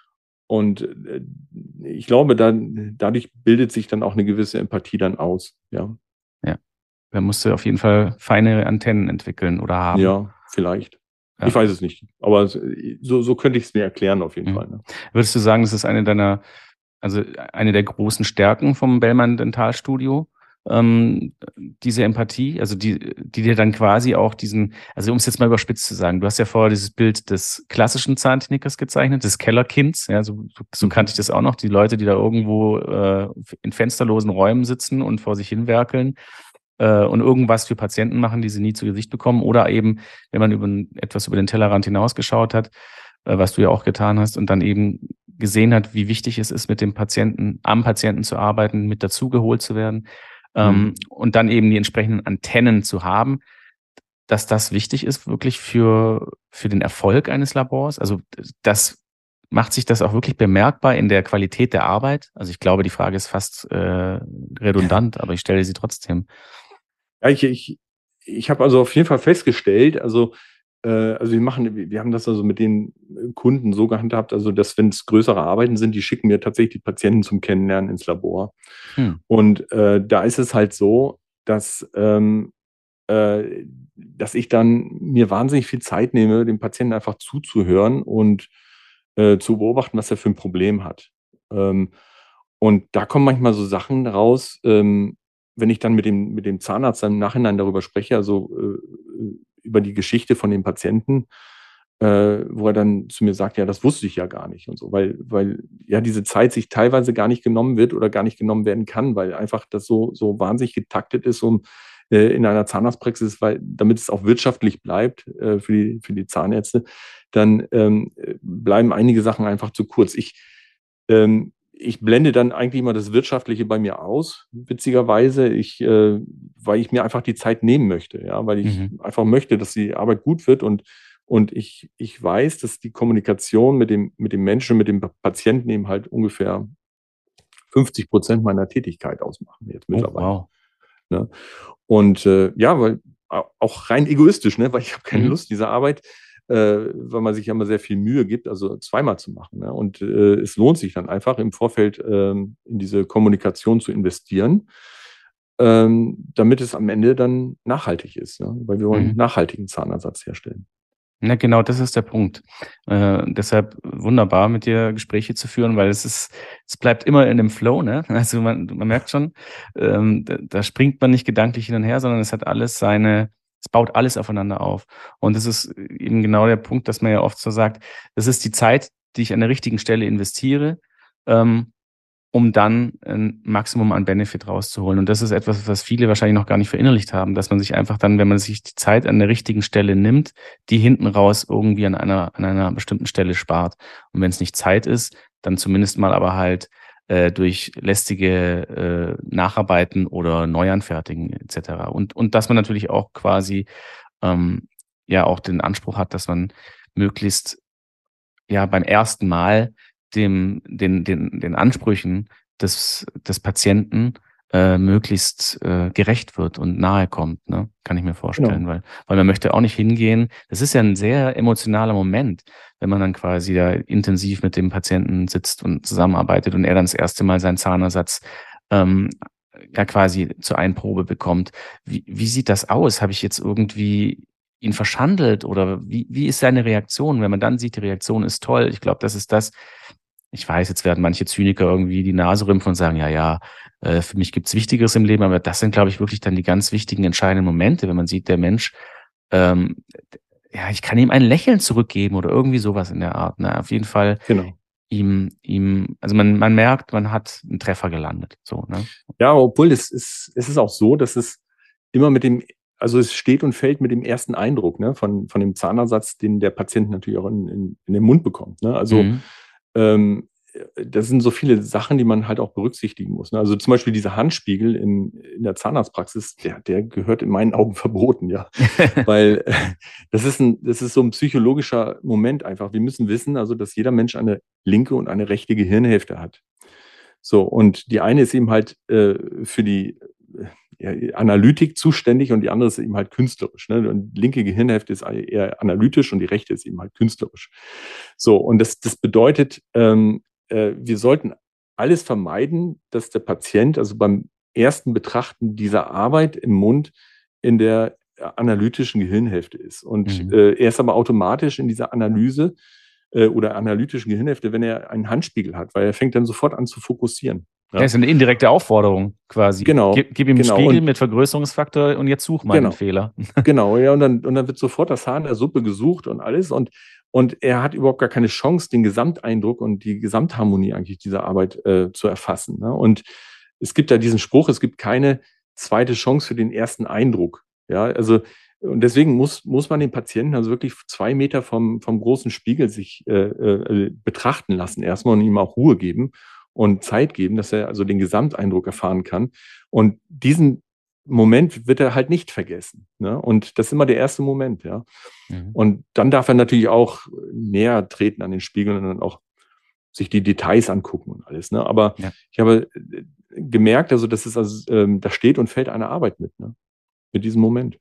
S1: und äh, ich glaube, da, dadurch bildet sich dann auch eine gewisse Empathie dann aus. Ja,
S3: Ja, da musst du auf jeden Fall feine Antennen entwickeln oder haben.
S1: ja, vielleicht.
S3: Ja.
S1: Ich weiß es nicht. Aber so, so könnte ich es mir erklären auf jeden
S3: Mhm.
S1: Fall. Ne?
S3: Würdest du sagen, das ist eine deiner, also eine der großen Stärken vom Bellman Dentalstudio, ähm, diese Empathie, also die, die dir dann quasi auch diesen, also um es jetzt mal überspitzt zu sagen, du hast ja vorher dieses Bild des klassischen Zahntechnikers gezeichnet, des Kellerkinds, ja, so, so kannte ich das auch noch, die Leute, die da irgendwo äh, in fensterlosen Räumen sitzen und vor sich hin werkeln äh, und irgendwas für Patienten machen, die sie nie zu Gesicht bekommen, oder eben, wenn man über, etwas über den Tellerrand hinausgeschaut hat, äh, was du ja auch getan hast, und dann eben gesehen hat, wie wichtig es ist, mit dem Patienten, am Patienten zu arbeiten, mit dazugeholt zu werden. Ähm, mhm. Und dann eben die entsprechenden Antennen zu haben, dass das wichtig ist wirklich für, für den Erfolg eines Labors. Also das macht sich das auch wirklich bemerkbar in der Qualität der Arbeit. Also ich glaube, die Frage ist fast äh, redundant, aber ich stelle sie trotzdem.
S1: Ja, ich, ich, ich habe also auf jeden Fall festgestellt, also Also wir machen, wir haben das also mit den Kunden so gehandhabt, also dass, wenn es größere Arbeiten sind, die schicken mir tatsächlich die Patienten zum Kennenlernen ins Labor. Hm. Und äh, da ist es halt so, dass, ähm, äh, dass ich dann mir wahnsinnig viel Zeit nehme, dem Patienten einfach zuzuhören und äh, zu beobachten, was er für ein Problem hat. Ähm, und da kommen manchmal so Sachen raus, ähm, wenn ich dann mit dem, mit dem Zahnarzt dann im Nachhinein darüber spreche, also äh, über die Geschichte von dem Patienten, äh, wo er dann zu mir sagt, ja, das wusste ich ja gar nicht und so, weil, weil ja diese Zeit sich teilweise gar nicht genommen wird oder gar nicht genommen werden kann, weil einfach das so, so wahnsinnig getaktet ist, um äh, in einer Zahnarztpraxis, weil, damit es auch wirtschaftlich bleibt äh, für, die, für die Zahnärzte, dann ähm, bleiben einige Sachen einfach zu kurz. Ich ähm, Ich blende dann eigentlich immer das Wirtschaftliche bei mir aus, witzigerweise, ich, äh, weil ich mir einfach die Zeit nehmen möchte, ja, weil ich mhm. einfach möchte, dass die Arbeit gut wird und, und ich, ich weiß, dass die Kommunikation mit dem, mit dem Menschen, mit dem Patienten eben halt ungefähr fünfzig Prozent meiner Tätigkeit ausmachen jetzt mittlerweile. Oh, wow. Ne? Und äh, ja, weil auch rein egoistisch, ne, weil ich habe keine mhm. Lust, diese Arbeit Äh, weil man sich ja immer sehr viel Mühe gibt, also zweimal zu machen. Ne? Und äh, es lohnt sich dann einfach im Vorfeld ähm, in diese Kommunikation zu investieren, ähm, damit es am Ende dann nachhaltig ist, ne? Weil wir wollen mhm. nachhaltigen Zahnersatz herstellen.
S3: Na, genau, das ist der Punkt. Äh, deshalb wunderbar, mit dir Gespräche zu führen, weil es ist, es bleibt immer in dem Flow, ne? Also man, man merkt schon, ähm, da, da springt man nicht gedanklich hin und her, sondern es hat alles seine, es baut alles aufeinander auf. Und das ist eben genau der Punkt, dass man ja oft so sagt, das ist die Zeit, die ich an der richtigen Stelle investiere, ähm, um dann ein Maximum an Benefit rauszuholen. Und das ist etwas, was viele wahrscheinlich noch gar nicht verinnerlicht haben, dass man sich einfach dann, wenn man sich die Zeit an der richtigen Stelle nimmt, die hinten raus irgendwie an einer, an einer bestimmten Stelle spart. Und wenn es nicht Zeit ist, dann zumindest mal aber halt äh, durch lästige äh, Nacharbeiten oder Neuanfertigen et cetera. Und, und dass man natürlich auch quasi ähm, ja auch den Anspruch hat, dass man möglichst ja beim ersten Mal dem, den, den, den Ansprüchen des, des Patienten äh, möglichst äh, gerecht wird und nahe kommt, ne? Kann ich mir vorstellen,
S1: Genau.
S3: weil, weil man möchte auch nicht hingehen. Das ist ja ein sehr emotionaler Moment, wenn man dann quasi da intensiv mit dem Patienten sitzt und zusammenarbeitet und er dann das erste Mal seinen Zahnersatz ähm, ja quasi zur Einprobe bekommt. Wie, wie sieht das aus? Habe ich jetzt irgendwie ihn verschandelt oder wie, wie ist seine Reaktion? Wenn man dann sieht, die Reaktion ist toll. Ich glaube, das ist das. Ich weiß, jetzt werden manche Zyniker irgendwie die Nase rümpfen und sagen, ja, ja, äh, für mich gibt's Wichtigeres im Leben, aber das sind, glaube ich, wirklich dann die ganz wichtigen, entscheidenden Momente, wenn man sieht, der Mensch, ähm, ja, ich kann ihm ein Lächeln zurückgeben oder irgendwie sowas in der Art. Ne? Auf jeden Fall
S1: Genau.
S3: ihm, ihm, also man, man merkt, man hat einen Treffer gelandet. So, ne?
S1: Ja, obwohl es ist, es ist auch so, dass es immer mit dem, also es steht und fällt mit dem ersten Eindruck, ne, von, von dem Zahnersatz, den der Patient natürlich auch in, in, in den Mund bekommt. Ne? Also
S3: Mhm.
S1: ähm, das sind so viele Sachen, die man halt auch berücksichtigen muss. Ne? Also zum Beispiel dieser Handspiegel in, in der Zahnarztpraxis, der, der gehört in meinen Augen verboten, ja. Weil äh, das ist ein, das ist so ein psychologischer Moment einfach. Wir müssen wissen, also dass jeder Mensch eine linke und eine rechte Gehirnhälfte hat. So, und die eine ist eben halt äh, für die äh, ja, Analytik zuständig und die andere ist eben halt künstlerisch. Ne? Und die linke Gehirnhälfte ist eher analytisch und die rechte ist eben halt künstlerisch. So, und das, das bedeutet, ähm, äh, wir sollten alles vermeiden, dass der Patient, also beim ersten Betrachten dieser Arbeit im Mund in der analytischen Gehirnhälfte ist. Und
S3: Mhm.
S1: äh, er ist aber automatisch in dieser Analyse äh, oder analytischen Gehirnhälfte, wenn er einen Handspiegel hat, weil er fängt dann sofort an zu fokussieren.
S3: Ja,
S1: Ja?
S3: ist eine indirekte Aufforderung quasi.
S1: Genau,
S3: Gib, gib ihm einen
S1: genau.
S3: Spiegel
S1: Und
S3: mit Vergrößerungsfaktor und jetzt such mal den
S1: genau,
S3: Fehler.
S1: genau, ja, und dann, und dann wird sofort das Haar in der Suppe gesucht und alles. Und, und er hat überhaupt gar keine Chance, den Gesamteindruck und die Gesamtharmonie eigentlich dieser Arbeit äh, zu erfassen. Ne? Und es gibt da diesen Spruch, es gibt keine zweite Chance für den ersten Eindruck. Ja, also, und deswegen muss, muss man den Patienten also wirklich zwei Meter vom, vom großen Spiegel sich äh, äh, betrachten lassen, erstmal und ihm auch Ruhe geben und Zeit geben, dass er also den Gesamteindruck erfahren kann. Und diesen Moment wird er halt nicht vergessen. Ne? Und das ist immer der erste Moment, ja.
S3: Mhm.
S1: Und dann darf er natürlich auch näher treten an den Spiegel und dann auch sich die Details angucken und alles. Ne? Aber
S3: Ja.
S1: ich habe gemerkt, also das ist also, ähm, da steht und fällt eine Arbeit mit, ne? Mit diesem Moment.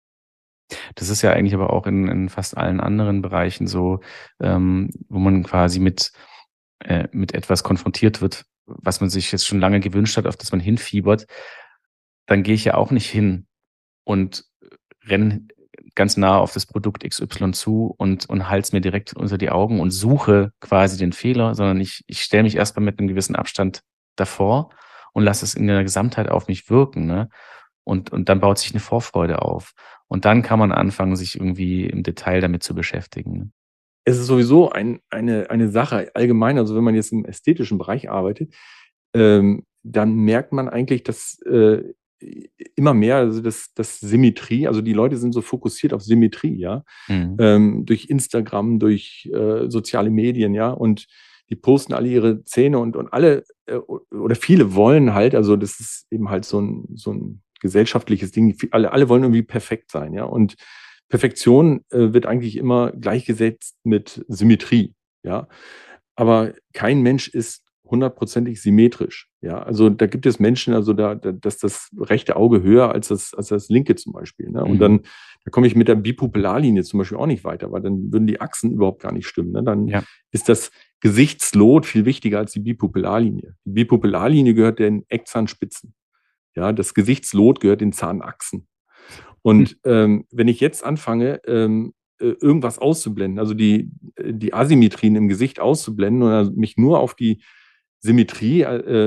S3: Das ist ja eigentlich aber auch in, in fast allen anderen Bereichen so, ähm, wo man quasi mit, äh, mit etwas konfrontiert wird, was man sich jetzt schon lange gewünscht hat, auf das man hinfiebert. Dann gehe ich ja auch nicht hin und renne ganz nah auf das Produkt X Y zu und, und halte es mir direkt unter die Augen und suche quasi den Fehler, sondern ich, ich stelle mich erstmal mit einem gewissen Abstand davor und lasse es in der Gesamtheit auf mich wirken. Ne? Und, und dann baut sich eine Vorfreude auf. Und dann kann man anfangen, sich irgendwie im Detail damit zu beschäftigen.
S1: Es ist sowieso ein, eine, eine Sache allgemein, also wenn man jetzt im ästhetischen Bereich arbeitet, ähm, dann merkt man eigentlich, dass äh, immer mehr, also das, das Symmetrie, also die Leute sind so fokussiert auf Symmetrie, ja,
S3: Mhm.
S1: ähm, durch Instagram, durch äh, soziale Medien, ja, und die posten alle ihre Zähne und, und alle äh, oder viele wollen halt, also das ist eben halt so ein, so ein gesellschaftliches Ding, alle, alle wollen irgendwie perfekt sein, ja, und Perfektion äh, wird eigentlich immer gleichgesetzt mit Symmetrie, ja, aber kein Mensch ist hundertprozentig symmetrisch. Ja, also da gibt es Menschen, also da, da dass das rechte Auge höher als das, als das linke zum Beispiel. Ne? Und
S3: Mhm.
S1: dann da komme ich mit der Bipupillarlinie zum Beispiel auch nicht weiter, weil dann würden die Achsen überhaupt gar nicht stimmen. Ne? Dann
S3: Ja.
S1: ist das Gesichtslot viel wichtiger als die Bipupillarlinie. Die Bipupillarlinie gehört den Eckzahnspitzen. Ja, das Gesichtslot gehört den Zahnachsen. Und ähm, wenn ich jetzt anfange, ähm, äh, irgendwas auszublenden, also die, die Asymmetrien im Gesicht auszublenden oder mich nur auf die Symmetrie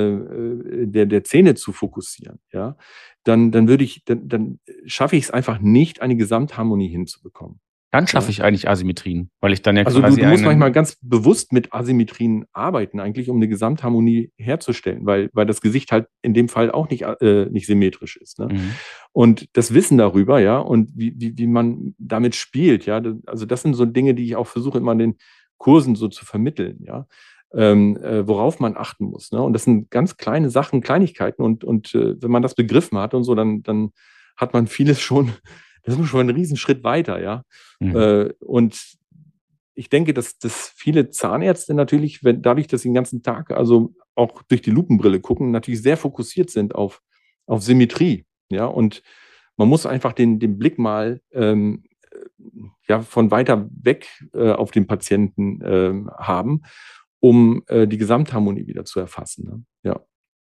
S1: äh, der, der Zähne zu fokussieren, ja, dann, dann würde ich, dann, dann schaffe ich es einfach nicht, eine Gesamtharmonie hinzubekommen.
S3: Dann schaffe
S1: Ja.
S3: ich eigentlich Asymmetrien, weil ich dann ja
S1: Also du,
S3: quasi
S1: du musst
S3: einen,
S1: manchmal ganz bewusst mit Asymmetrien arbeiten, eigentlich, um eine Gesamtharmonie herzustellen, weil, weil das Gesicht halt in dem Fall auch nicht, äh, nicht symmetrisch ist. Ne?
S3: Mhm.
S1: Und das Wissen darüber, ja, und wie, wie, wie man damit spielt, ja, das, also das sind so Dinge, die ich auch versuche immer in den Kursen so zu vermitteln, ja, ähm, äh, worauf man achten muss. Ne? Und das sind ganz kleine Sachen, Kleinigkeiten und, und äh, wenn man das begriffen hat und so, dann, dann hat man vieles schon, das ist schon ein Riesenschritt weiter, ja.
S3: Mhm.
S1: Äh, und ich denke, dass, dass viele Zahnärzte natürlich, wenn, dadurch, dass sie den ganzen Tag, also auch durch die Lupenbrille gucken, natürlich sehr fokussiert sind auf, auf Symmetrie. Ja, und man muss einfach den, den Blick mal ähm, ja, von weiter weg äh, auf den Patienten ähm, haben, um äh, die Gesamtharmonie wieder zu erfassen. Ne? Ja.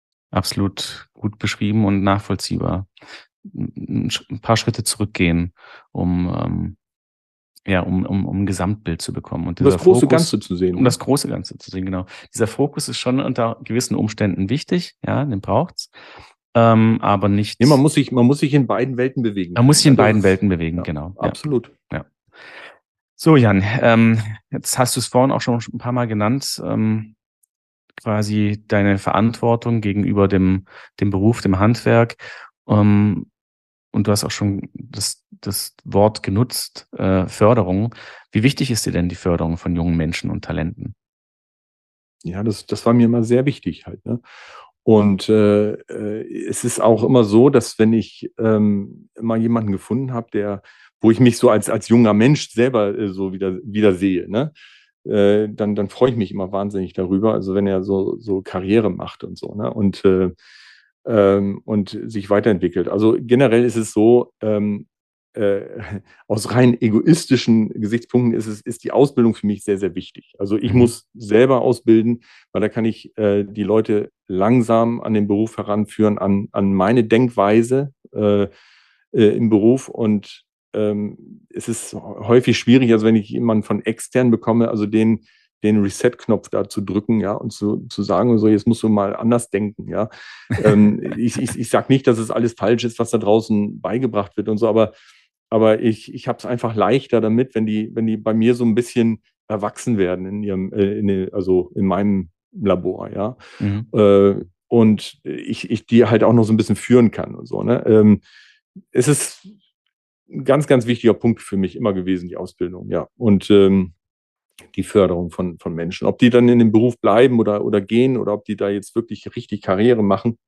S3: Absolut gut beschrieben und nachvollziehbar. Ein ein paar Schritte zurückgehen, um, ähm, ja, um, um, um ein Gesamtbild zu bekommen. Und
S1: Um das
S3: dieser
S1: große
S3: Fokus,
S1: Ganze zu sehen.
S3: um
S1: Ne?
S3: das große Ganze zu sehen, genau. Dieser Fokus ist schon unter gewissen Umständen wichtig, ja, den braucht's, ähm, aber nicht.
S1: Nee, man muss sich, man muss sich in beiden Welten bewegen
S3: Man muss
S1: können.
S3: sich in
S1: Ne? Das
S3: beiden
S1: ist,
S3: Welten bewegen,
S1: ja,
S3: genau. Ja,
S1: absolut.
S3: ja. So, Jan, ähm, jetzt hast du es vorhin auch schon ein paar Mal genannt, ähm, quasi deine Verantwortung gegenüber dem, dem Beruf, dem Handwerk. Ähm, und du hast auch schon das, das Wort genutzt, äh, Förderung. Wie wichtig ist dir denn die Förderung von jungen Menschen und Talenten?
S1: Ja, das, das war mir immer sehr wichtig halt. Ne? Und äh, äh, es ist auch immer so, dass wenn ich ähm, mal jemanden gefunden habe, der, wo ich mich so als, als junger Mensch selber äh, so wieder, wieder sehe, ne? äh, dann, dann freue ich mich immer wahnsinnig darüber. Also wenn er so, so Karriere macht und so, ne? Und, äh, ähm, und sich weiterentwickelt. Also generell ist es so, ähm, äh, aus rein egoistischen Gesichtspunkten ist es, ist die Ausbildung für mich sehr, sehr wichtig. Also ich
S3: Mhm.
S1: muss selber ausbilden, weil da kann ich äh, die Leute langsam an den Beruf heranführen, an, an meine Denkweise äh, äh, im Beruf. Und ähm, es ist häufig schwierig, also wenn ich jemanden von extern bekomme, also den, den Reset-Knopf da zu drücken, ja, und zu, zu sagen, so, jetzt musst du mal anders denken, ja. ähm, ich ich, ich sage nicht, dass es alles falsch ist, was da draußen beigebracht wird und so, aber, aber ich, ich habe es einfach leichter damit, wenn die, wenn die bei mir so ein bisschen erwachsen werden in ihrem, äh, in, den- also in meinem Labor, ja.
S3: Mhm.
S1: Äh, und ich, ich die halt auch noch so ein bisschen führen kann und so, ne. Ähm, es ist ein ganz, ganz wichtiger Punkt für mich immer gewesen, die Ausbildung, ja. Und ähm, die Förderung von, von Menschen. Ob die dann in dem Beruf bleiben oder, oder gehen oder ob die da jetzt wirklich richtig Karriere machen,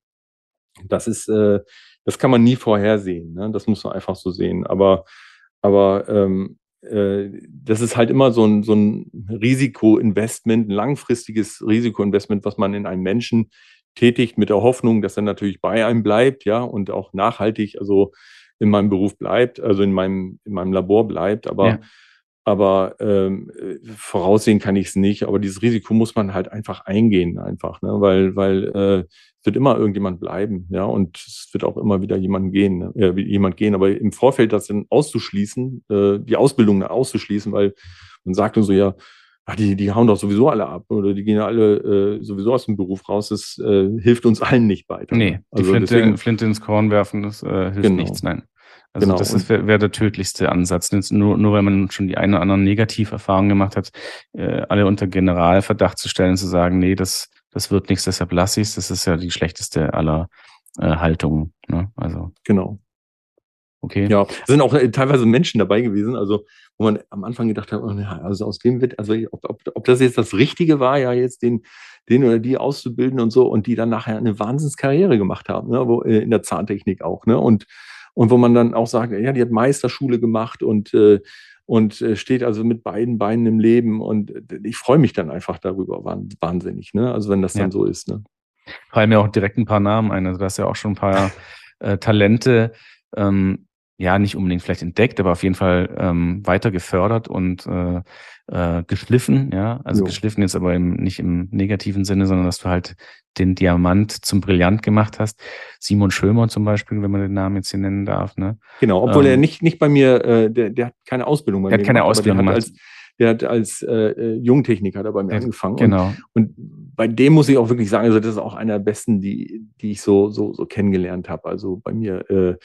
S1: das ist, äh, das kann man nie vorhersehen. Ne? Das muss man einfach so sehen. Aber, aber ähm, äh, das ist halt immer so ein, so ein Risikoinvestment, ein langfristiges Risikoinvestment, was man in einen Menschen tätigt, mit der Hoffnung, dass er natürlich bei einem bleibt, ja, und auch nachhaltig, also in meinem Beruf bleibt, also in meinem, in meinem Labor bleibt. Aber
S3: Ja.
S1: aber ähm, äh, voraussehen kann ich es nicht. Aber dieses Risiko muss man halt einfach eingehen, einfach, ne? Weil, weil äh, es wird immer irgendjemand bleiben, ja, und es wird auch immer wieder jemand gehen, ne? äh, jemand gehen. Aber im Vorfeld das dann auszuschließen, äh, die Ausbildung dann auszuschließen, weil man sagt dann so, ja, ach, die, die hauen doch sowieso alle ab oder die gehen ja alle äh, sowieso aus dem Beruf raus, das äh, hilft uns allen nicht weiter.
S3: Nee,
S1: Ne?
S3: die
S1: Also
S3: Flinte,
S1: deswegen,
S3: Flinte ins Korn werfen, das äh, hilft
S1: genau,
S3: nichts, nein. Also
S1: genau.
S3: das
S1: Und
S3: wäre wär der tödlichste Ansatz. Jetzt nur, nur wenn man schon die eine oder andere Negativerfahrung gemacht hat, äh, alle unter Generalverdacht zu stellen, zu sagen, nee, das, das wird nichts, deshalb lasse ich es, das ist ja die schlechteste aller äh, Haltungen. Ne? Also,
S1: genau.
S3: okay.
S1: Ja, es sind auch äh, teilweise Menschen dabei gewesen, also wo man am Anfang gedacht hat, oh, ja, also aus dem wird, also ob, ob, ob das jetzt das Richtige war, ja jetzt den, den oder die auszubilden und so und die dann nachher eine Wahnsinnskarriere gemacht haben, ne, wo, äh, in der Zahntechnik auch, ne, und, und wo man dann auch sagt, ja, die hat Meisterschule gemacht und, äh, und äh, steht also mit beiden Beinen im Leben und äh, ich freue mich dann einfach darüber, wahn- wahnsinnig, ne, also wenn das dann
S3: Ja.
S1: so ist, ne.
S3: Fallen mir auch direkt ein paar Namen ein. Also du hast ja auch schon ein paar äh, Talente, ähm, ja, nicht unbedingt vielleicht entdeckt, aber auf jeden Fall ähm, weiter gefördert und äh, äh, geschliffen, ja. Also
S1: Jo.
S3: geschliffen jetzt aber im, nicht im negativen Sinne, sondern dass du halt den Diamant zum Brillant gemacht hast. Simon Schömer zum Beispiel, wenn man den Namen jetzt hier nennen darf, ne?
S1: Genau, obwohl er
S3: Ähm,
S1: nicht, nicht bei mir, äh, der, der hat keine Ausbildung bei
S3: der
S1: mir
S3: hat keine
S1: gemacht, aber der
S3: Ausbildung
S1: hat
S3: gemacht.
S1: als, der hat als äh, äh, Jungtechniker da bei mir
S3: Der,
S1: angefangen. Und,
S3: genau.
S1: und bei dem muss ich auch wirklich sagen, also das ist auch einer der besten, die, die ich so, so, so kennengelernt habe. Also bei mir, äh,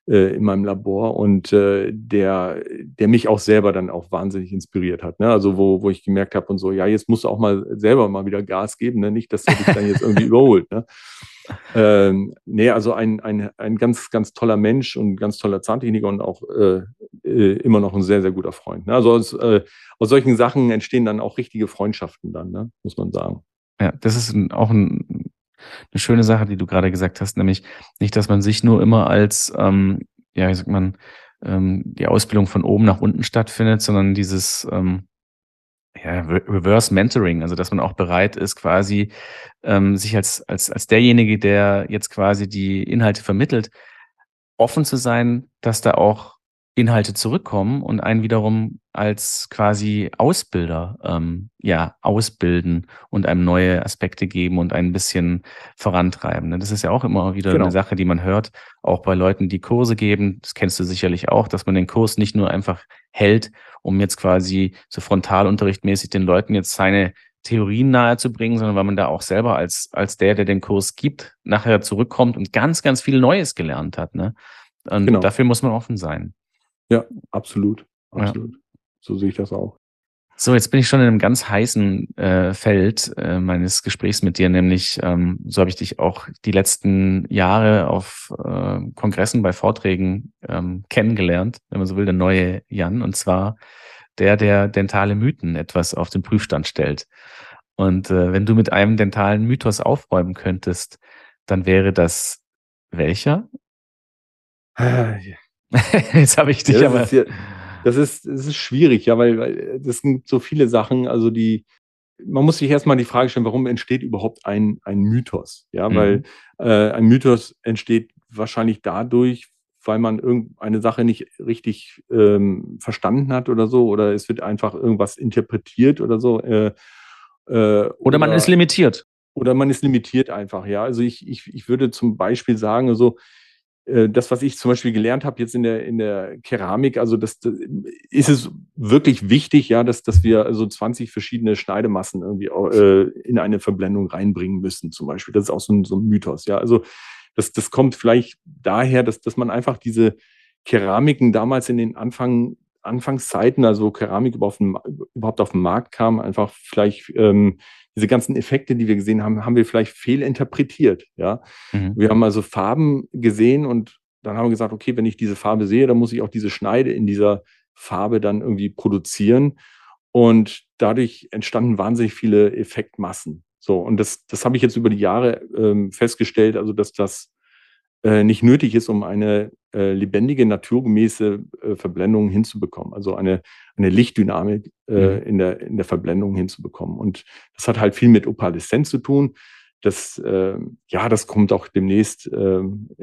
S1: äh, in meinem Labor und äh, der, der mich auch selber dann auch wahnsinnig inspiriert hat. Ne? Also wo, wo ich gemerkt habe und so, ja, jetzt musst du auch mal selber mal wieder Gas geben, ne? Nicht, dass er dich dann jetzt irgendwie überholt. Ne? Ähm, nee, also ein, ein, ein ganz, ganz toller Mensch und ganz toller Zahntechniker und auch äh, äh, immer noch ein sehr, sehr guter Freund. Ne? Also aus, äh, aus solchen Sachen entstehen dann auch richtige Freundschaften dann, ne? Muss man sagen.
S3: Ja, das ist ein, auch ein, eine schöne Sache, die du gerade gesagt hast, nämlich nicht, dass man sich nur immer als, ähm, ja, wie sagt man, ähm, die Ausbildung von oben nach unten stattfindet, sondern dieses ähm, ja, Re- Reverse Mentoring, also dass man auch bereit ist, quasi ähm, sich als, als, als derjenige, der jetzt quasi die Inhalte vermittelt, offen zu sein, dass da auch Inhalte zurückkommen und einen wiederum als quasi Ausbilder ähm, ja ausbilden und einem neue Aspekte geben und ein bisschen vorantreiben. Ne? Das ist ja auch immer wieder eine
S1: Genau.
S3: Sache, die man hört, auch bei Leuten, die Kurse geben. Das kennst du sicherlich auch, dass man den Kurs nicht nur einfach hält, um jetzt quasi so frontalunterrichtmäßig den Leuten jetzt seine Theorien nahezubringen, sondern weil man da auch selber als, als der, der den Kurs gibt, nachher zurückkommt und ganz, ganz viel Neues gelernt hat. Ne? Und
S1: Genau.
S3: dafür muss man offen sein.
S1: Ja, absolut.
S3: Ja.
S1: Absolut. So sehe ich das auch.
S3: So, jetzt bin ich schon in einem ganz heißen äh, Feld äh, meines Gesprächs mit dir, nämlich ähm, so habe ich dich auch die letzten Jahre auf äh, Kongressen bei Vorträgen ähm, kennengelernt, wenn man so will, der neue Jan, und zwar der, der dentale Mythen etwas auf den Prüfstand stellt. Und äh, wenn du mit einem dentalen Mythos aufräumen könntest, dann wäre das welcher?
S1: Ah,
S3: Jetzt habe ich
S1: Ja,
S3: dich
S1: das
S3: aber.
S1: ist ja, das ist, das ist schwierig, ja, weil, weil das sind so viele Sachen, also die, man muss sich erstmal die Frage stellen, warum entsteht überhaupt ein, ein Mythos? Ja, weil
S3: Mhm.
S1: äh, ein Mythos entsteht wahrscheinlich dadurch, weil man irgendeine Sache nicht richtig ähm, verstanden hat oder so, oder es wird einfach irgendwas interpretiert oder so. Äh, äh,
S3: Oder man ist
S1: oder,
S3: limitiert.
S1: oder man ist limitiert einfach, ja. Also ich, ich, ich würde zum Beispiel sagen, also äh, das, was ich zum Beispiel gelernt habe jetzt in der, in der Keramik, also das, das ist es wirklich wichtig, ja, dass, dass wir so zwanzig verschiedene Schneidemassen irgendwie äh, in eine Verblendung reinbringen müssen, zum Beispiel. Das ist auch so ein, so ein Mythos, ja. Also das, das kommt vielleicht daher, dass, dass man einfach diese Keramiken damals in den Anfang, Anfangszeiten, also Keramik überhaupt auf den, überhaupt auf den Markt kam, einfach vielleicht ähm, diese ganzen Effekte, die wir gesehen haben, haben wir vielleicht fehlinterpretiert, ja.
S3: Mhm.
S1: Wir haben also Farben gesehen und dann haben wir gesagt, okay, wenn ich diese Farbe sehe, dann muss ich auch diese Schneide in dieser Farbe dann irgendwie produzieren. Und dadurch entstanden wahnsinnig viele Effektmassen. So, und das, das habe ich jetzt über die Jahre ähm, festgestellt, also dass das äh, nicht nötig ist, um eine äh, lebendige, naturgemäße äh, Verblendung hinzubekommen. Also eine, eine Lichtdynamik äh,
S3: Mhm.
S1: in, der, in der Verblendung hinzubekommen. Und das hat halt viel mit Opaleszenz zu tun. Das, äh, ja, das kommt auch demnächst äh,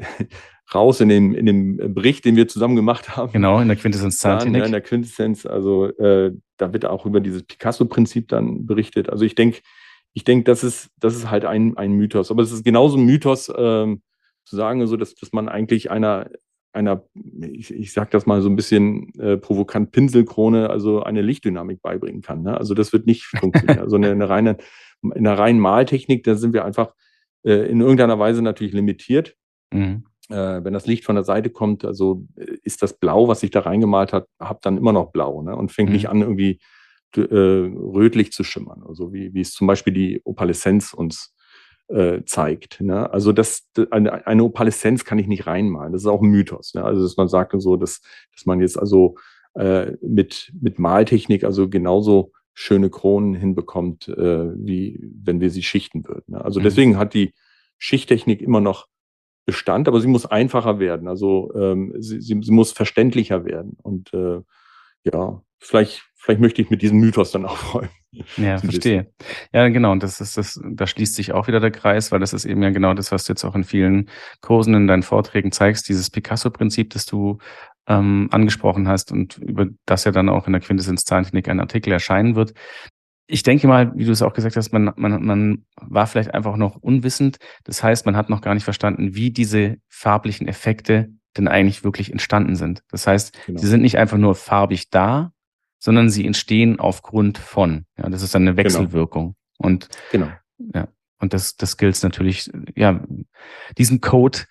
S1: raus in dem, in dem Bericht, den wir zusammen gemacht haben.
S3: Genau, in der Quintessenz
S1: Dann, ja,
S3: Zahntechnik.
S1: in der Quintessenz, also äh, da wird auch über dieses Picasso-Prinzip dann berichtet. Also ich denke, ich denke, das ist, das ist halt ein, ein Mythos. Aber es ist genauso ein Mythos, ähm, zu sagen, so dass, dass man eigentlich einer, einer, ich, ich sag das mal so ein bisschen äh, provokant, Pinselkrone, also eine Lichtdynamik beibringen kann. Ne? Also das wird nicht funktionieren. Also eine, eine reine, in einer reinen Maltechnik, da sind wir einfach äh, in irgendeiner Weise natürlich limitiert.
S3: Mhm.
S1: Äh, wenn das Licht von der Seite kommt, also äh, ist das Blau, was ich da reingemalt habe, habe dann immer noch blau, ne? Und fängt nicht
S3: Mhm.
S1: an, irgendwie äh, rötlich zu schimmern. Also wie, wie es zum Beispiel die Opaleszenz uns äh, zeigt. Ne? Also das, eine, eine Opaleszenz kann ich nicht reinmalen. Das ist auch ein Mythos. Ne? Also dass man sagt so, dass, dass man jetzt also äh, mit, mit Maltechnik also genauso schöne Kronen hinbekommt, äh, wie wenn wir sie schichten würden. Ne? Also
S3: Mhm.
S1: deswegen hat die Schichttechnik immer noch Bestand, aber sie muss einfacher werden. Also ähm, sie, sie, sie muss verständlicher werden. Und äh, ja, vielleicht, vielleicht möchte ich mit diesem Mythos dann aufräumen.
S3: Ja,
S1: So ein bisschen.
S3: verstehe. Ja, genau. Und das ist das, da schließt sich auch wieder der Kreis, weil das ist eben ja genau das, was du jetzt auch in vielen Kursen, in deinen Vorträgen zeigst, dieses Picasso-Prinzip, das du ähm, angesprochen hast und über das ja dann auch in der Quintessenz Zahntechnik ein Artikel erscheinen wird. Ich denke mal, wie du es auch gesagt hast, man, man, man war vielleicht einfach noch unwissend. Das heißt, man hat noch gar nicht verstanden, wie diese farblichen Effekte denn eigentlich wirklich entstanden sind. Das heißt, sie
S1: Genau,
S3: sind nicht einfach nur farbig da, sondern sie entstehen aufgrund von. Ja, das ist dann eine
S1: genau,
S3: Wechselwirkung. Und
S1: genau.
S3: ja, und das, das gilt es natürlich, ja, diesen Code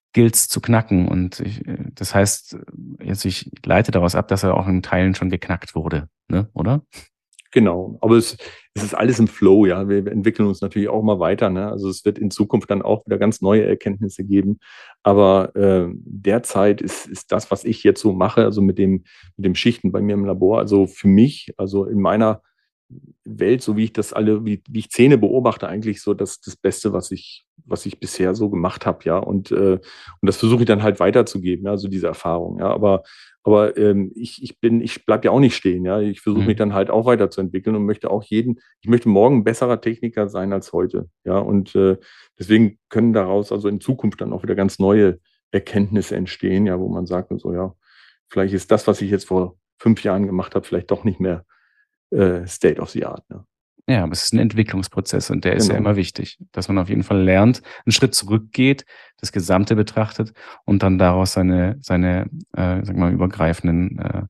S3: gilt es zu knacken. Und ich, das heißt, jetzt ich leite daraus ab, dass er auch in Teilen schon geknackt wurde, ne? Oder?
S1: Genau, aber es, es ist alles im Flow, ja. Wir entwickeln uns natürlich auch mal weiter, ne? Also es wird in Zukunft dann auch wieder ganz neue Erkenntnisse geben. Aber äh, derzeit ist, ist das, was ich jetzt so mache, also mit dem, mit dem Schichten bei mir im Labor, also für mich, also in meiner Welt, so wie ich das alle, wie, wie ich Zähne beobachte, eigentlich so das, das Beste, was ich, was ich bisher so gemacht habe, ja. Und, äh, und das versuche ich dann halt weiterzugeben, ja, so diese Erfahrung, ja. Aber, aber ähm, ich, ich bin, ich bleibe ja auch nicht stehen, ja. Ich versuche mich
S3: Mhm.
S1: dann halt auch weiterzuentwickeln und möchte auch jeden, ich möchte morgen ein besserer Techniker sein als heute, ja. Und äh, deswegen können daraus also in Zukunft dann auch wieder ganz neue Erkenntnisse entstehen, ja, wo man sagt, so, ja, vielleicht ist das, was ich jetzt vor fünf Jahren gemacht habe, vielleicht doch nicht mehr äh, State of the Art, ne?
S3: Ja, aber es ist ein Entwicklungsprozess und der ist ja
S1: Genau.
S3: immer wichtig, dass man auf jeden Fall lernt, einen Schritt zurückgeht, das Gesamte betrachtet und dann daraus seine, seine äh, sag mal, übergreifenden äh,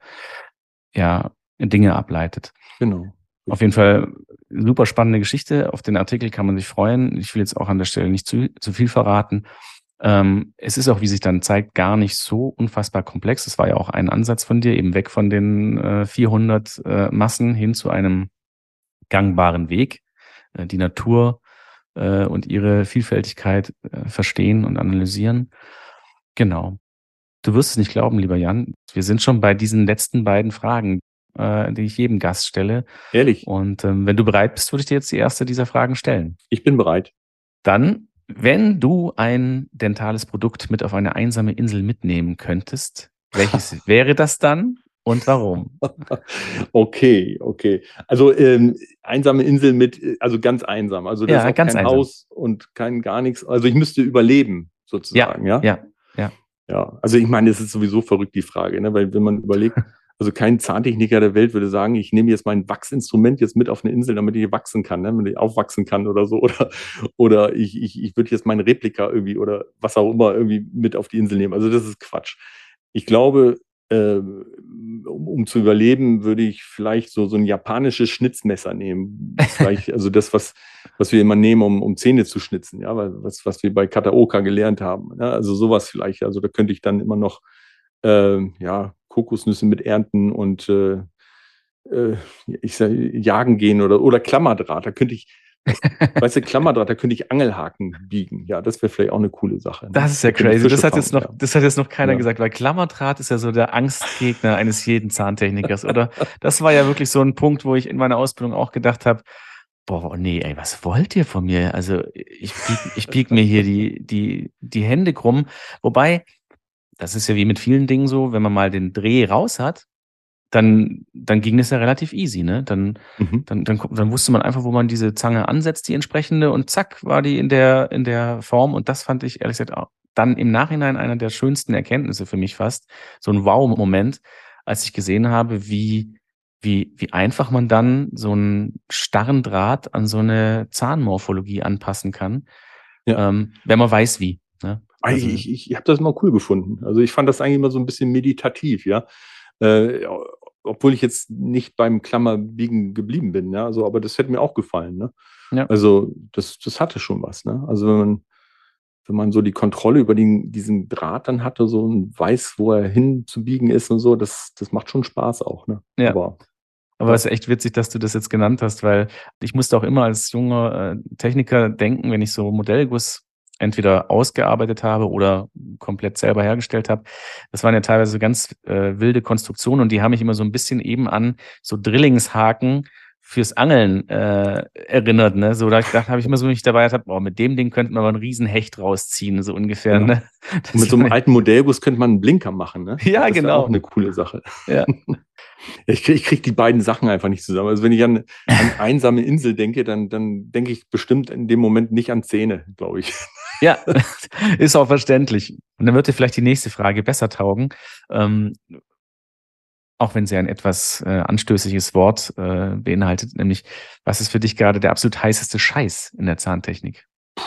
S3: ja, Dinge ableitet.
S1: Genau.
S3: Auf jeden Fall super spannende Geschichte. Auf den Artikel kann man sich freuen. Ich will jetzt auch an der Stelle nicht zu, zu viel verraten. Ähm, es ist auch, wie sich dann zeigt, gar nicht so unfassbar komplex. Es war ja auch ein Ansatz von dir, eben weg von den äh, vierhundert äh, Massen hin zu einem gangbaren Weg, äh, die Natur äh, und ihre Vielfältigkeit äh, verstehen und analysieren. Genau. Du wirst es nicht glauben, lieber Jan, wir sind schon bei diesen letzten beiden Fragen, äh, die ich jedem Gast stelle.
S1: Ehrlich,
S3: Und ähm, wenn du bereit bist, würde ich dir jetzt die erste dieser Fragen stellen.
S1: ich bin bereit.
S3: Dann, wenn du ein dentales Produkt mit auf eine einsame Insel mitnehmen könntest, welches wäre das dann und warum?
S1: Okay, okay. Also ähm, einsame Insel mit, äh, also ganz einsam. Also das ist
S3: Ja,
S1: auch
S3: ganz
S1: kein
S3: einsam.
S1: Haus und kein gar nichts. Also ich müsste überleben,
S3: Ja,
S1: sozusagen, ja?
S3: ja, ja.
S1: Ja. Also ich meine, es ist sowieso verrückt, die Frage, ne? Weil wenn man überlegt, also kein Zahntechniker der Welt würde sagen, ich nehme jetzt mein Wachsinstrument jetzt mit auf eine Insel, damit ich wachsen kann, ne? Damit ich aufwachsen kann oder so. Oder, oder ich, ich, ich würde jetzt meinen Replika irgendwie oder was auch immer irgendwie mit auf die Insel nehmen. Also das ist Quatsch. Ich glaube, äh, um, um zu überleben, würde ich vielleicht so, so ein japanisches Schnitzmesser nehmen. Vielleicht, also das, was, was wir immer nehmen, um, um Zähne zu schnitzen, ja, weil was, was wir bei Kataoka gelernt haben. Ja? Also sowas vielleicht. Also da könnte ich dann immer noch äh, ja, Kokosnüsse mit ernten und äh, äh, ich sag, jagen gehen oder, oder Klammerdraht. Da könnte ich, weißt du, Klammerdraht, da könnte ich Angelhaken biegen. Ja, das wäre vielleicht auch eine coole Sache. Ne?
S3: Das ist ja
S1: Da könnte ich
S3: crazy. Das
S1: Fische
S3: hat jetzt
S1: fangen,
S3: noch,
S1: ja.
S3: das hat jetzt noch keiner
S1: Ja.
S3: gesagt, weil Klammerdraht ist ja so der Angstgegner eines jeden Zahntechnikers, oder? Das war ja wirklich so ein Punkt, wo ich in meiner Ausbildung auch gedacht habe, boah, nee, ey, was wollt ihr von mir? Also ich bieg, ich bieg mir hier die, die, die Hände krumm. Wobei, das ist ja wie mit vielen Dingen so, wenn man mal den Dreh raus hat, dann, dann ging das ja relativ easy, ne? Dann,
S1: Mhm.
S3: dann, dann, dann wusste man einfach, wo man diese Zange ansetzt, die entsprechende, und zack, war die in der, in der Form. Und das fand ich ehrlich gesagt auch dann im Nachhinein einer der schönsten Erkenntnisse für mich fast. So ein Wow-Moment, als ich gesehen habe, wie, wie, wie einfach man dann so einen starren Draht an so eine Zahnmorphologie anpassen kann,
S1: Ja.
S3: ähm, wenn man weiß, wie. Ne? Also,
S1: Ich, ich, ich habe das immer cool gefunden. Also ich fand das eigentlich immer so ein bisschen meditativ, ja. Äh, obwohl ich jetzt nicht beim Klammerbiegen geblieben bin, ja. Also, aber das hätte mir auch gefallen, ne?
S3: ja.
S1: Also das, das hatte schon was, ne? Also wenn man, wenn man so die Kontrolle über den, diesen Draht dann hatte, so und weiß, wo er hinzubiegen ist und so, das, das macht schon Spaß auch, ne?
S3: Ja.
S1: Aber
S3: Aber
S1: ja.
S3: es ist echt witzig, dass du das jetzt genannt hast, weil ich musste auch immer als junger äh, Techniker denken, wenn ich so Modellguss entweder ausgearbeitet habe oder komplett selber hergestellt habe. Das waren ja teilweise ganz äh, wilde Konstruktionen und die haben mich immer so ein bisschen eben an so Drillingshaken fürs Angeln äh, erinnert. Ne? So, da, da habe ich immer so mich dabei gedacht, boah, mit dem Ding könnten wir aber einen riesen Hecht rausziehen, so ungefähr.
S1: Genau.
S3: Ne?
S1: Und mit so einem alten Modellguss könnte man einen Blinker machen, ne?
S3: Ja,
S1: das wäre
S3: genau.
S1: auch eine coole Sache.
S3: Ja.
S1: Ich kriege krieg die beiden Sachen einfach nicht zusammen. Also wenn ich an, an einsame Insel denke, dann, dann denke ich bestimmt in dem Moment nicht an Zähne, glaube ich.
S3: Ja, ist auch verständlich. Und dann wird dir vielleicht die nächste Frage besser taugen. Ähm, auch wenn sie ein etwas äh, anstößiges Wort äh, beinhaltet, nämlich, was ist für dich gerade der absolut heißeste Scheiß in der Zahntechnik?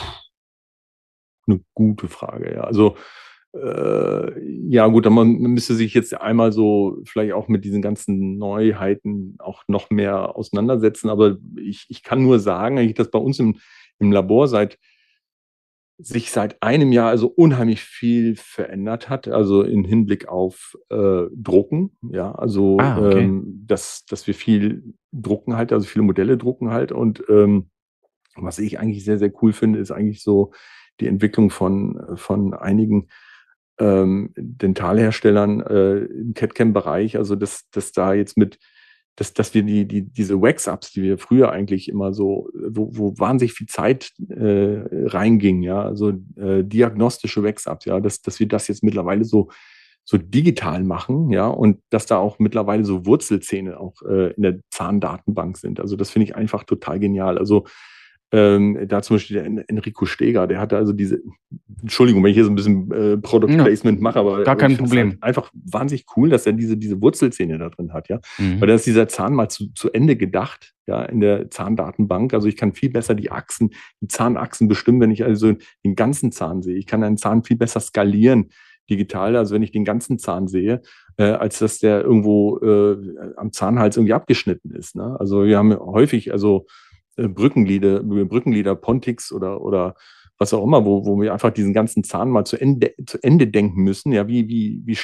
S1: Eine gute Frage, ja. Also äh, ja gut, man müsste sich jetzt einmal so vielleicht auch mit diesen ganzen Neuheiten auch noch mehr auseinandersetzen. Aber ich, ich kann nur sagen, eigentlich, dass bei uns im, im Labor seit sich seit einem Jahr also unheimlich viel verändert hat, also in Hinblick auf äh, Drucken, ja, also
S3: Ah, okay.
S1: ähm, dass, dass wir viel drucken halt, also viele Modelle drucken halt und ähm, was ich eigentlich sehr, sehr cool finde, ist eigentlich so die Entwicklung von, von einigen ähm, Dentalherstellern äh, im C A D-C A M-Bereich, also dass, dass da jetzt mit dass, dass wir die, die, diese Wax-Ups, die wir früher eigentlich immer so, wo, wo wahnsinnig viel Zeit äh, reinging, ja, also äh, diagnostische Wax-Ups, ja, dass, dass wir das jetzt mittlerweile so, so digital machen, ja, und dass da auch mittlerweile so Wurzelzähne auch äh, in der Zahndatenbank sind. Also das finde ich einfach total genial. Also ähm, da zum Beispiel der En- Enrico Steger, der hatte also diese, Entschuldigung, wenn ich hier so ein bisschen äh, Product
S3: Ja,
S1: Placement mache, aber,
S3: gar
S1: aber ich
S3: kein
S1: finde es halt
S3: Problem.
S1: einfach wahnsinnig cool, dass er diese, diese Wurzelzähne da drin hat, ja. Weil
S3: Mhm.
S1: da ist dieser Zahn mal zu, zu Ende gedacht, ja, in der Zahndatenbank. Also ich kann viel besser die Achsen, die Zahnachsen bestimmen, wenn ich also den ganzen Zahn sehe. Ich kann einen Zahn viel besser skalieren digital, also wenn ich den ganzen Zahn sehe, äh, als dass der irgendwo äh, am Zahnhals irgendwie abgeschnitten ist. Ne? Also wir haben häufig also äh, Brückenglieder, Brückenglieder, Pontics oder, oder was auch immer, wo, wo wir einfach diesen ganzen Zahn mal zu Ende, zu Ende denken müssen. Ja, wie, wie, wie,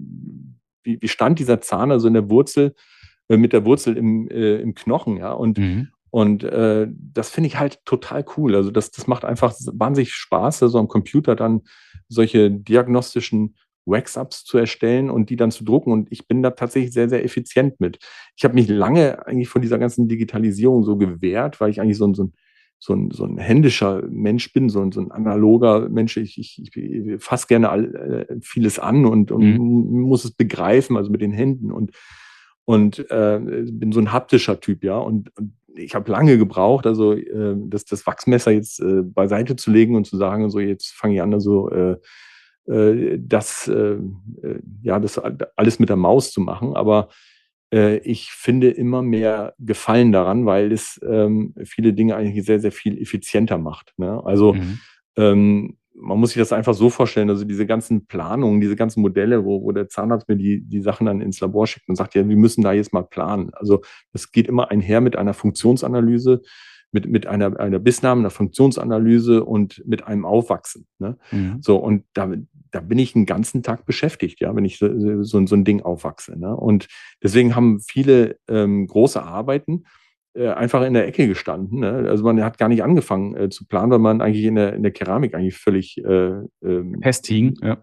S1: wie, wie stand dieser Zahn also in der Wurzel, äh, mit der Wurzel im, äh, im Knochen, ja, und
S3: Mhm.
S1: und äh, das finde ich halt total cool. Also das, das macht einfach wahnsinnig Spaß, also am Computer dann solche diagnostischen Wax-Ups zu erstellen und die dann zu drucken. Und ich bin da tatsächlich sehr, sehr effizient mit. Ich habe mich lange eigentlich von dieser ganzen Digitalisierung so gewehrt, weil ich eigentlich so ein, so ein, so ein, so ein händischer Mensch bin, so ein, so ein analoger Mensch. Ich, ich, ich fasse gerne all, äh, vieles an und, und
S3: Mhm.
S1: muss es begreifen, also mit den Händen. Und, und äh, bin so ein haptischer Typ, ja. Und, und ich habe lange gebraucht, also äh, das, das Wachsmesser jetzt äh, beiseite zu legen und zu sagen, so jetzt fange ich an, also äh, äh, das, äh, äh, ja, das alles mit der Maus zu machen. Aber äh, ich finde immer mehr Gefallen daran, weil es ähm, viele Dinge eigentlich sehr, sehr viel effizienter macht. Ne? Also
S3: Mhm.
S1: ähm, man muss sich das einfach so vorstellen, also diese ganzen Planungen, diese ganzen Modelle, wo, wo der Zahnarzt mir die, die Sachen dann ins Labor schickt und sagt, ja, wir müssen da jetzt mal planen. Also das geht immer einher mit einer Funktionsanalyse, mit, mit einer, einer Bissnamen, einer Funktionsanalyse und mit einem Aufwachsen. Ne?
S3: Mhm.
S1: So, und da, da bin ich einen ganzen Tag beschäftigt, ja, wenn ich so, so, so ein Ding aufwachse. Ne? Und deswegen haben viele ähm, große Arbeiten äh, einfach in der Ecke gestanden. Ne? Also man hat gar nicht angefangen äh, zu planen, weil man eigentlich in der, in der Keramik eigentlich völlig äh, ähm,
S3: Festigen, ja.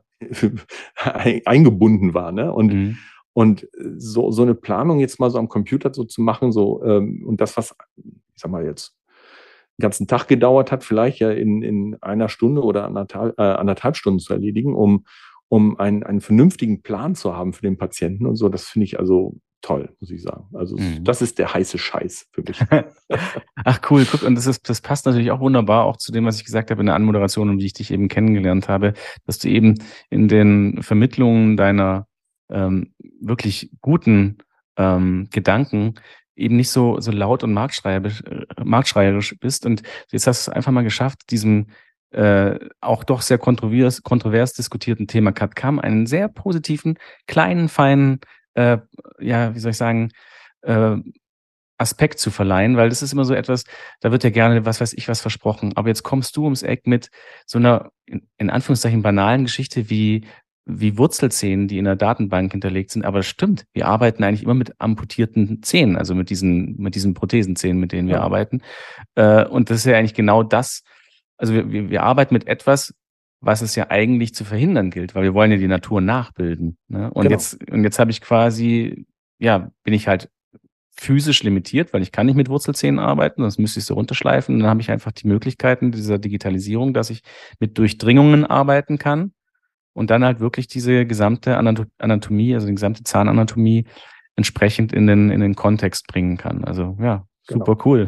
S1: eingebunden war. Ne? Und,
S3: Mhm.
S1: und so, so eine Planung jetzt mal so am Computer so zu machen, so ähm, und das, was, ich sag mal jetzt, den ganzen Tag gedauert hat, vielleicht ja in, in einer Stunde oder anderthalb, äh, anderthalb Stunden zu erledigen, um, um einen, einen vernünftigen Plan zu haben für den Patienten und so, das finde ich also toll, muss ich sagen. Also
S3: Mhm.
S1: das ist der heiße Scheiß für mich.
S3: Ach cool, guck, und das ist, das passt natürlich auch wunderbar auch zu dem, was ich gesagt habe in der Anmoderation und wie ich dich eben kennengelernt habe, dass du eben in den Vermittlungen deiner ähm, wirklich guten ähm, Gedanken eben nicht so, so laut und marktschreierisch, äh, marktschreierisch bist. Und jetzt hast du es einfach mal geschafft, diesem äh, auch doch sehr kontrovers, kontrovers diskutierten Thema C A D-C A M einen sehr positiven, kleinen, feinen, äh, ja, wie soll ich sagen, äh, Aspekt zu verleihen, weil das ist immer so etwas, da wird ja gerne, was weiß ich, was versprochen. Aber jetzt kommst du ums Eck mit so einer, in, in Anführungszeichen, banalen Geschichte wie, wie Wurzelzähnen, die in der Datenbank hinterlegt sind. Aber das stimmt. Wir arbeiten eigentlich immer mit amputierten Zähnen, also mit diesen, mit diesen Prothesenzähnen, mit denen wir
S1: Ja,
S3: arbeiten. Äh, und das ist ja eigentlich genau das. Also wir, wir, wir arbeiten mit etwas, was es ja eigentlich zu verhindern gilt, weil wir wollen ja die Natur nachbilden. Ne? Und
S1: genau.
S3: jetzt, und jetzt habe ich quasi, ja, bin ich halt physisch limitiert, weil ich kann nicht mit Wurzelzähnen arbeiten, sonst müsste ich sie runterschleifen. Dann habe ich einfach die Möglichkeiten dieser Digitalisierung, dass ich mit Durchdringungen arbeiten kann und dann halt wirklich diese gesamte Anato- Anatomie, also die gesamte Zahnanatomie entsprechend in den, in den Kontext bringen kann. Also ja, super
S1: Genau.
S3: cool.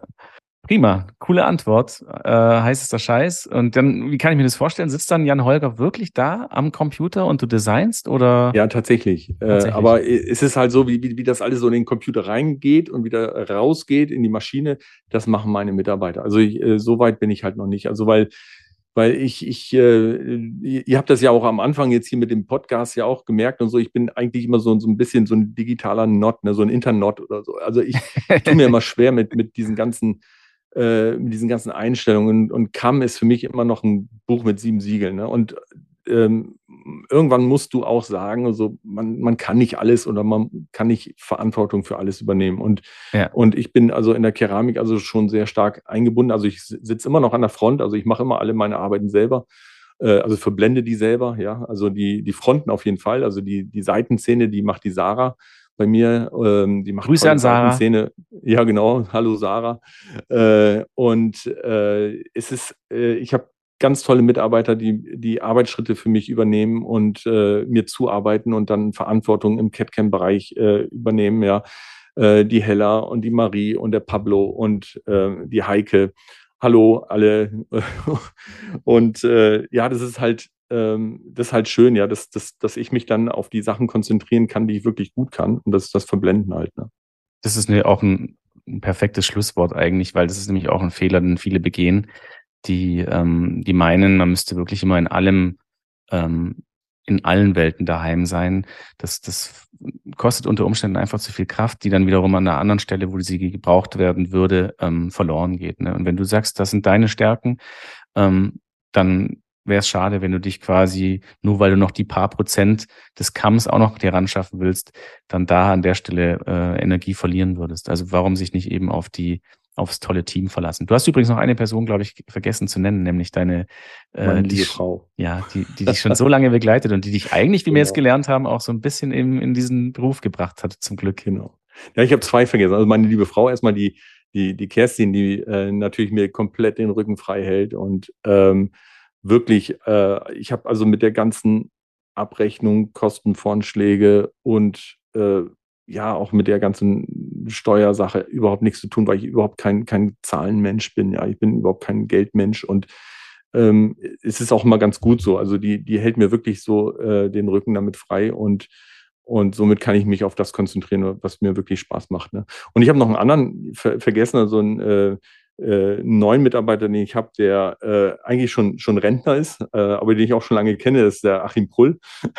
S3: Prima, coole Antwort. Äh, heißester Scheiß. Und dann, wie kann ich mir das vorstellen? Sitzt dann Jan Holger wirklich da am Computer und du designst oder
S1: Ja, tatsächlich. Äh,
S3: tatsächlich?
S1: aber es ist halt so, wie, wie, wie das alles so in den Computer reingeht und wieder rausgeht in die Maschine, das machen meine Mitarbeiter. Also ich, äh, so weit bin ich halt noch nicht. Also weil, weil ich, ich, äh, ihr ihr habt das ja auch am Anfang jetzt hier mit dem Podcast ja auch gemerkt und so, ich bin eigentlich immer so, so ein bisschen so ein digitaler Nerd, ne, so ein Internot oder so. Also ich, ich tue mir immer schwer mit, mit diesen ganzen äh, mit diesen ganzen Einstellungen. Und Kamm ist für mich immer noch ein Buch mit sieben Siegeln. Ne? Und ähm, irgendwann musst du auch sagen, also man, man kann nicht alles oder man kann nicht Verantwortung für alles übernehmen. Und,
S3: ja.
S1: und ich bin also in der Keramik also schon sehr stark eingebunden. Also ich sitze immer noch an der Front, also ich mache immer alle meine Arbeiten selber. Also verblende die selber, ja, also die, die Fronten auf jeden Fall, also die, die Seitenzähne, die macht die Sarah bei mir, ähm, die macht
S3: Grüße an Sarah.
S1: Seitenzähne. Ja, genau, hallo Sarah. Äh, und äh, es ist, äh, ich habe ganz tolle Mitarbeiter, die die Arbeitsschritte für mich übernehmen und äh, mir zuarbeiten und dann Verantwortung im C A D-C A M-Bereich äh, übernehmen, ja, äh, die Hella und die Marie und der Pablo und äh, die Heike. Hallo alle. Und äh, ja, das ist halt, ähm, das ist halt schön, ja, dass, dass, dass ich mich dann auf die Sachen konzentrieren kann, die ich wirklich gut kann. Und das ist das Verblenden halt. Ne?
S3: Das ist eine, auch ein, ein perfektes Schlusswort eigentlich, weil das ist nämlich auch ein Fehler, den viele begehen, die, ähm, die meinen, man müsste wirklich immer in allem, ähm, in allen Welten daheim sein. Das, das kostet unter Umständen einfach zu viel Kraft, die dann wiederum an einer anderen Stelle, wo sie gebraucht werden würde, ähm, verloren geht. Ne? Und wenn du sagst, das sind deine Stärken, ähm, dann wäre es schade, wenn du dich quasi, nur weil du noch die paar Prozent des C A Ms auch noch dir ran schaffen willst, dann da an der Stelle äh, Energie verlieren würdest. Also warum sich nicht eben auf die aufs tolle Team verlassen. Du hast übrigens noch eine Person, glaube ich, vergessen zu nennen, nämlich deine
S1: äh, Meine
S3: die,
S1: liebe Frau.
S3: Ja, die, die dich schon so lange begleitet und die dich eigentlich, wie genau. wir jetzt gelernt haben, auch so ein bisschen in, in diesen Beruf gebracht hat, zum Glück.
S1: Genau. Ja, ich habe zwei vergessen. Also meine liebe Frau, erstmal die, die, die Kerstin, die äh, natürlich mir komplett den Rücken frei hält und ähm, wirklich, äh, ich habe also mit der ganzen Abrechnung, Kostenvoranschläge und äh, ja, auch mit der ganzen Steuersache überhaupt nichts zu tun, weil ich überhaupt kein, kein Zahlenmensch bin. Ja, ich bin überhaupt kein Geldmensch und ähm, es ist auch immer ganz gut so. Also die, die hält mir wirklich so äh, den Rücken damit frei und, und somit kann ich mich auf das konzentrieren, was mir wirklich Spaß macht. Ne? Und ich habe noch einen anderen ver- vergessen, also einen, äh, äh, einen neuen Mitarbeiter, den ich habe, der äh, eigentlich schon, schon Rentner ist, äh, aber den ich auch schon lange kenne, das ist der Achim Prull.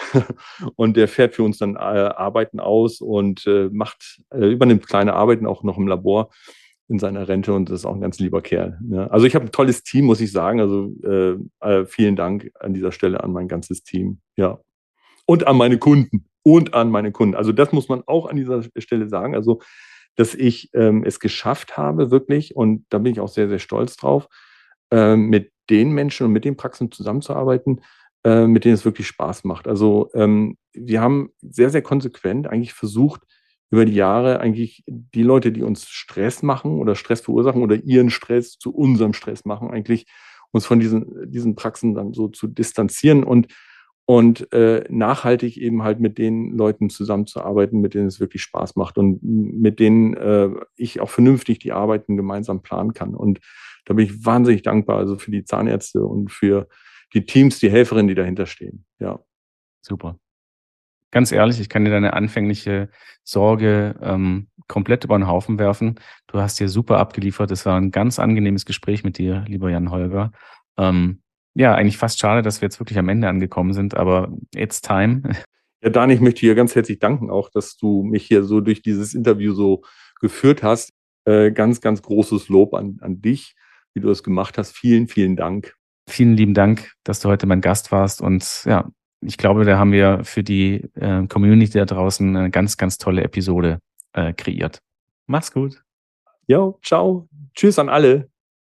S1: Und der fährt für uns dann äh, Arbeiten aus und äh, macht, äh, übernimmt kleine Arbeiten auch noch im Labor in seiner Rente und das ist auch ein ganz lieber Kerl. Ne? Also ich habe ein tolles Team, muss ich sagen. Also äh, äh, vielen Dank an dieser Stelle an mein ganzes Team. Ja. Und an meine Kunden. Und an meine Kunden. Also das muss man auch an dieser Stelle sagen. Also dass ich ähm, es geschafft habe, wirklich, und da bin ich auch sehr, sehr stolz drauf, äh, mit den Menschen und mit den Praxen zusammenzuarbeiten, äh, mit denen es wirklich Spaß macht. Also ähm, wir haben sehr, sehr konsequent eigentlich versucht, über die Jahre eigentlich die Leute, die uns Stress machen oder Stress verursachen oder ihren Stress zu unserem Stress machen, eigentlich uns von diesen, diesen Praxen dann so zu distanzieren und Und äh, nachhaltig eben halt mit den Leuten zusammenzuarbeiten, mit denen es wirklich Spaß macht und mit denen äh, ich auch vernünftig die Arbeiten gemeinsam planen kann. Und da bin ich wahnsinnig dankbar, also für die Zahnärzte und für die Teams, die Helferinnen, die dahinter stehen. Ja.
S3: Super. Ganz ehrlich, ich kann dir deine anfängliche Sorge ähm, komplett über den Haufen werfen. Du hast dir super abgeliefert. Es war ein ganz angenehmes Gespräch mit dir, lieber Jan Holger. Ähm, Ja, eigentlich fast schade, dass wir jetzt wirklich am Ende angekommen sind, aber it's time.
S1: Ja, Dan, ich möchte dir ganz herzlich danken auch, dass du mich hier so durch dieses Interview so geführt hast. Äh, ganz, ganz großes Lob an, an dich, wie du das gemacht hast. Vielen, vielen Dank.
S3: Vielen lieben Dank, dass du heute mein Gast warst und ja, ich glaube, da haben wir für die äh, Community da draußen eine ganz, ganz tolle Episode äh, kreiert. Mach's gut.
S1: Ja, ciao. Tschüss an alle.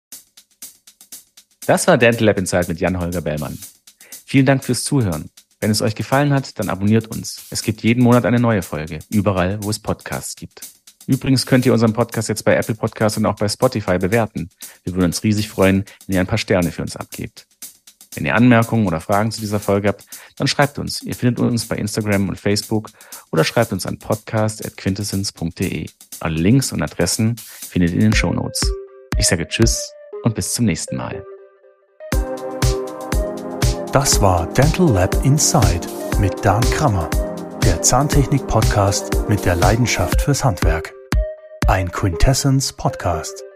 S3: Das war Dental Lab Inside mit Jan Holger Bellmann. Vielen Dank fürs Zuhören. Wenn es euch gefallen hat, dann abonniert uns. Es gibt jeden Monat eine neue Folge, überall, wo es Podcasts gibt. Übrigens könnt ihr unseren Podcast jetzt bei Apple Podcasts und auch bei Spotify bewerten. Wir würden uns riesig freuen, wenn ihr ein paar Sterne für uns abgebt. Wenn ihr Anmerkungen oder Fragen zu dieser Folge habt, dann schreibt uns. Ihr findet uns bei Instagram und Facebook oder schreibt uns an podcast at quintessence punkt de. Alle Links und Adressen findet ihr in den Shownotes. Ich sage Tschüss und bis zum nächsten Mal.
S2: Das war Dental Lab Inside mit Dan Krammer, der Zahntechnik-Podcast mit der Leidenschaft fürs Handwerk. Ein Quintessence Podcast.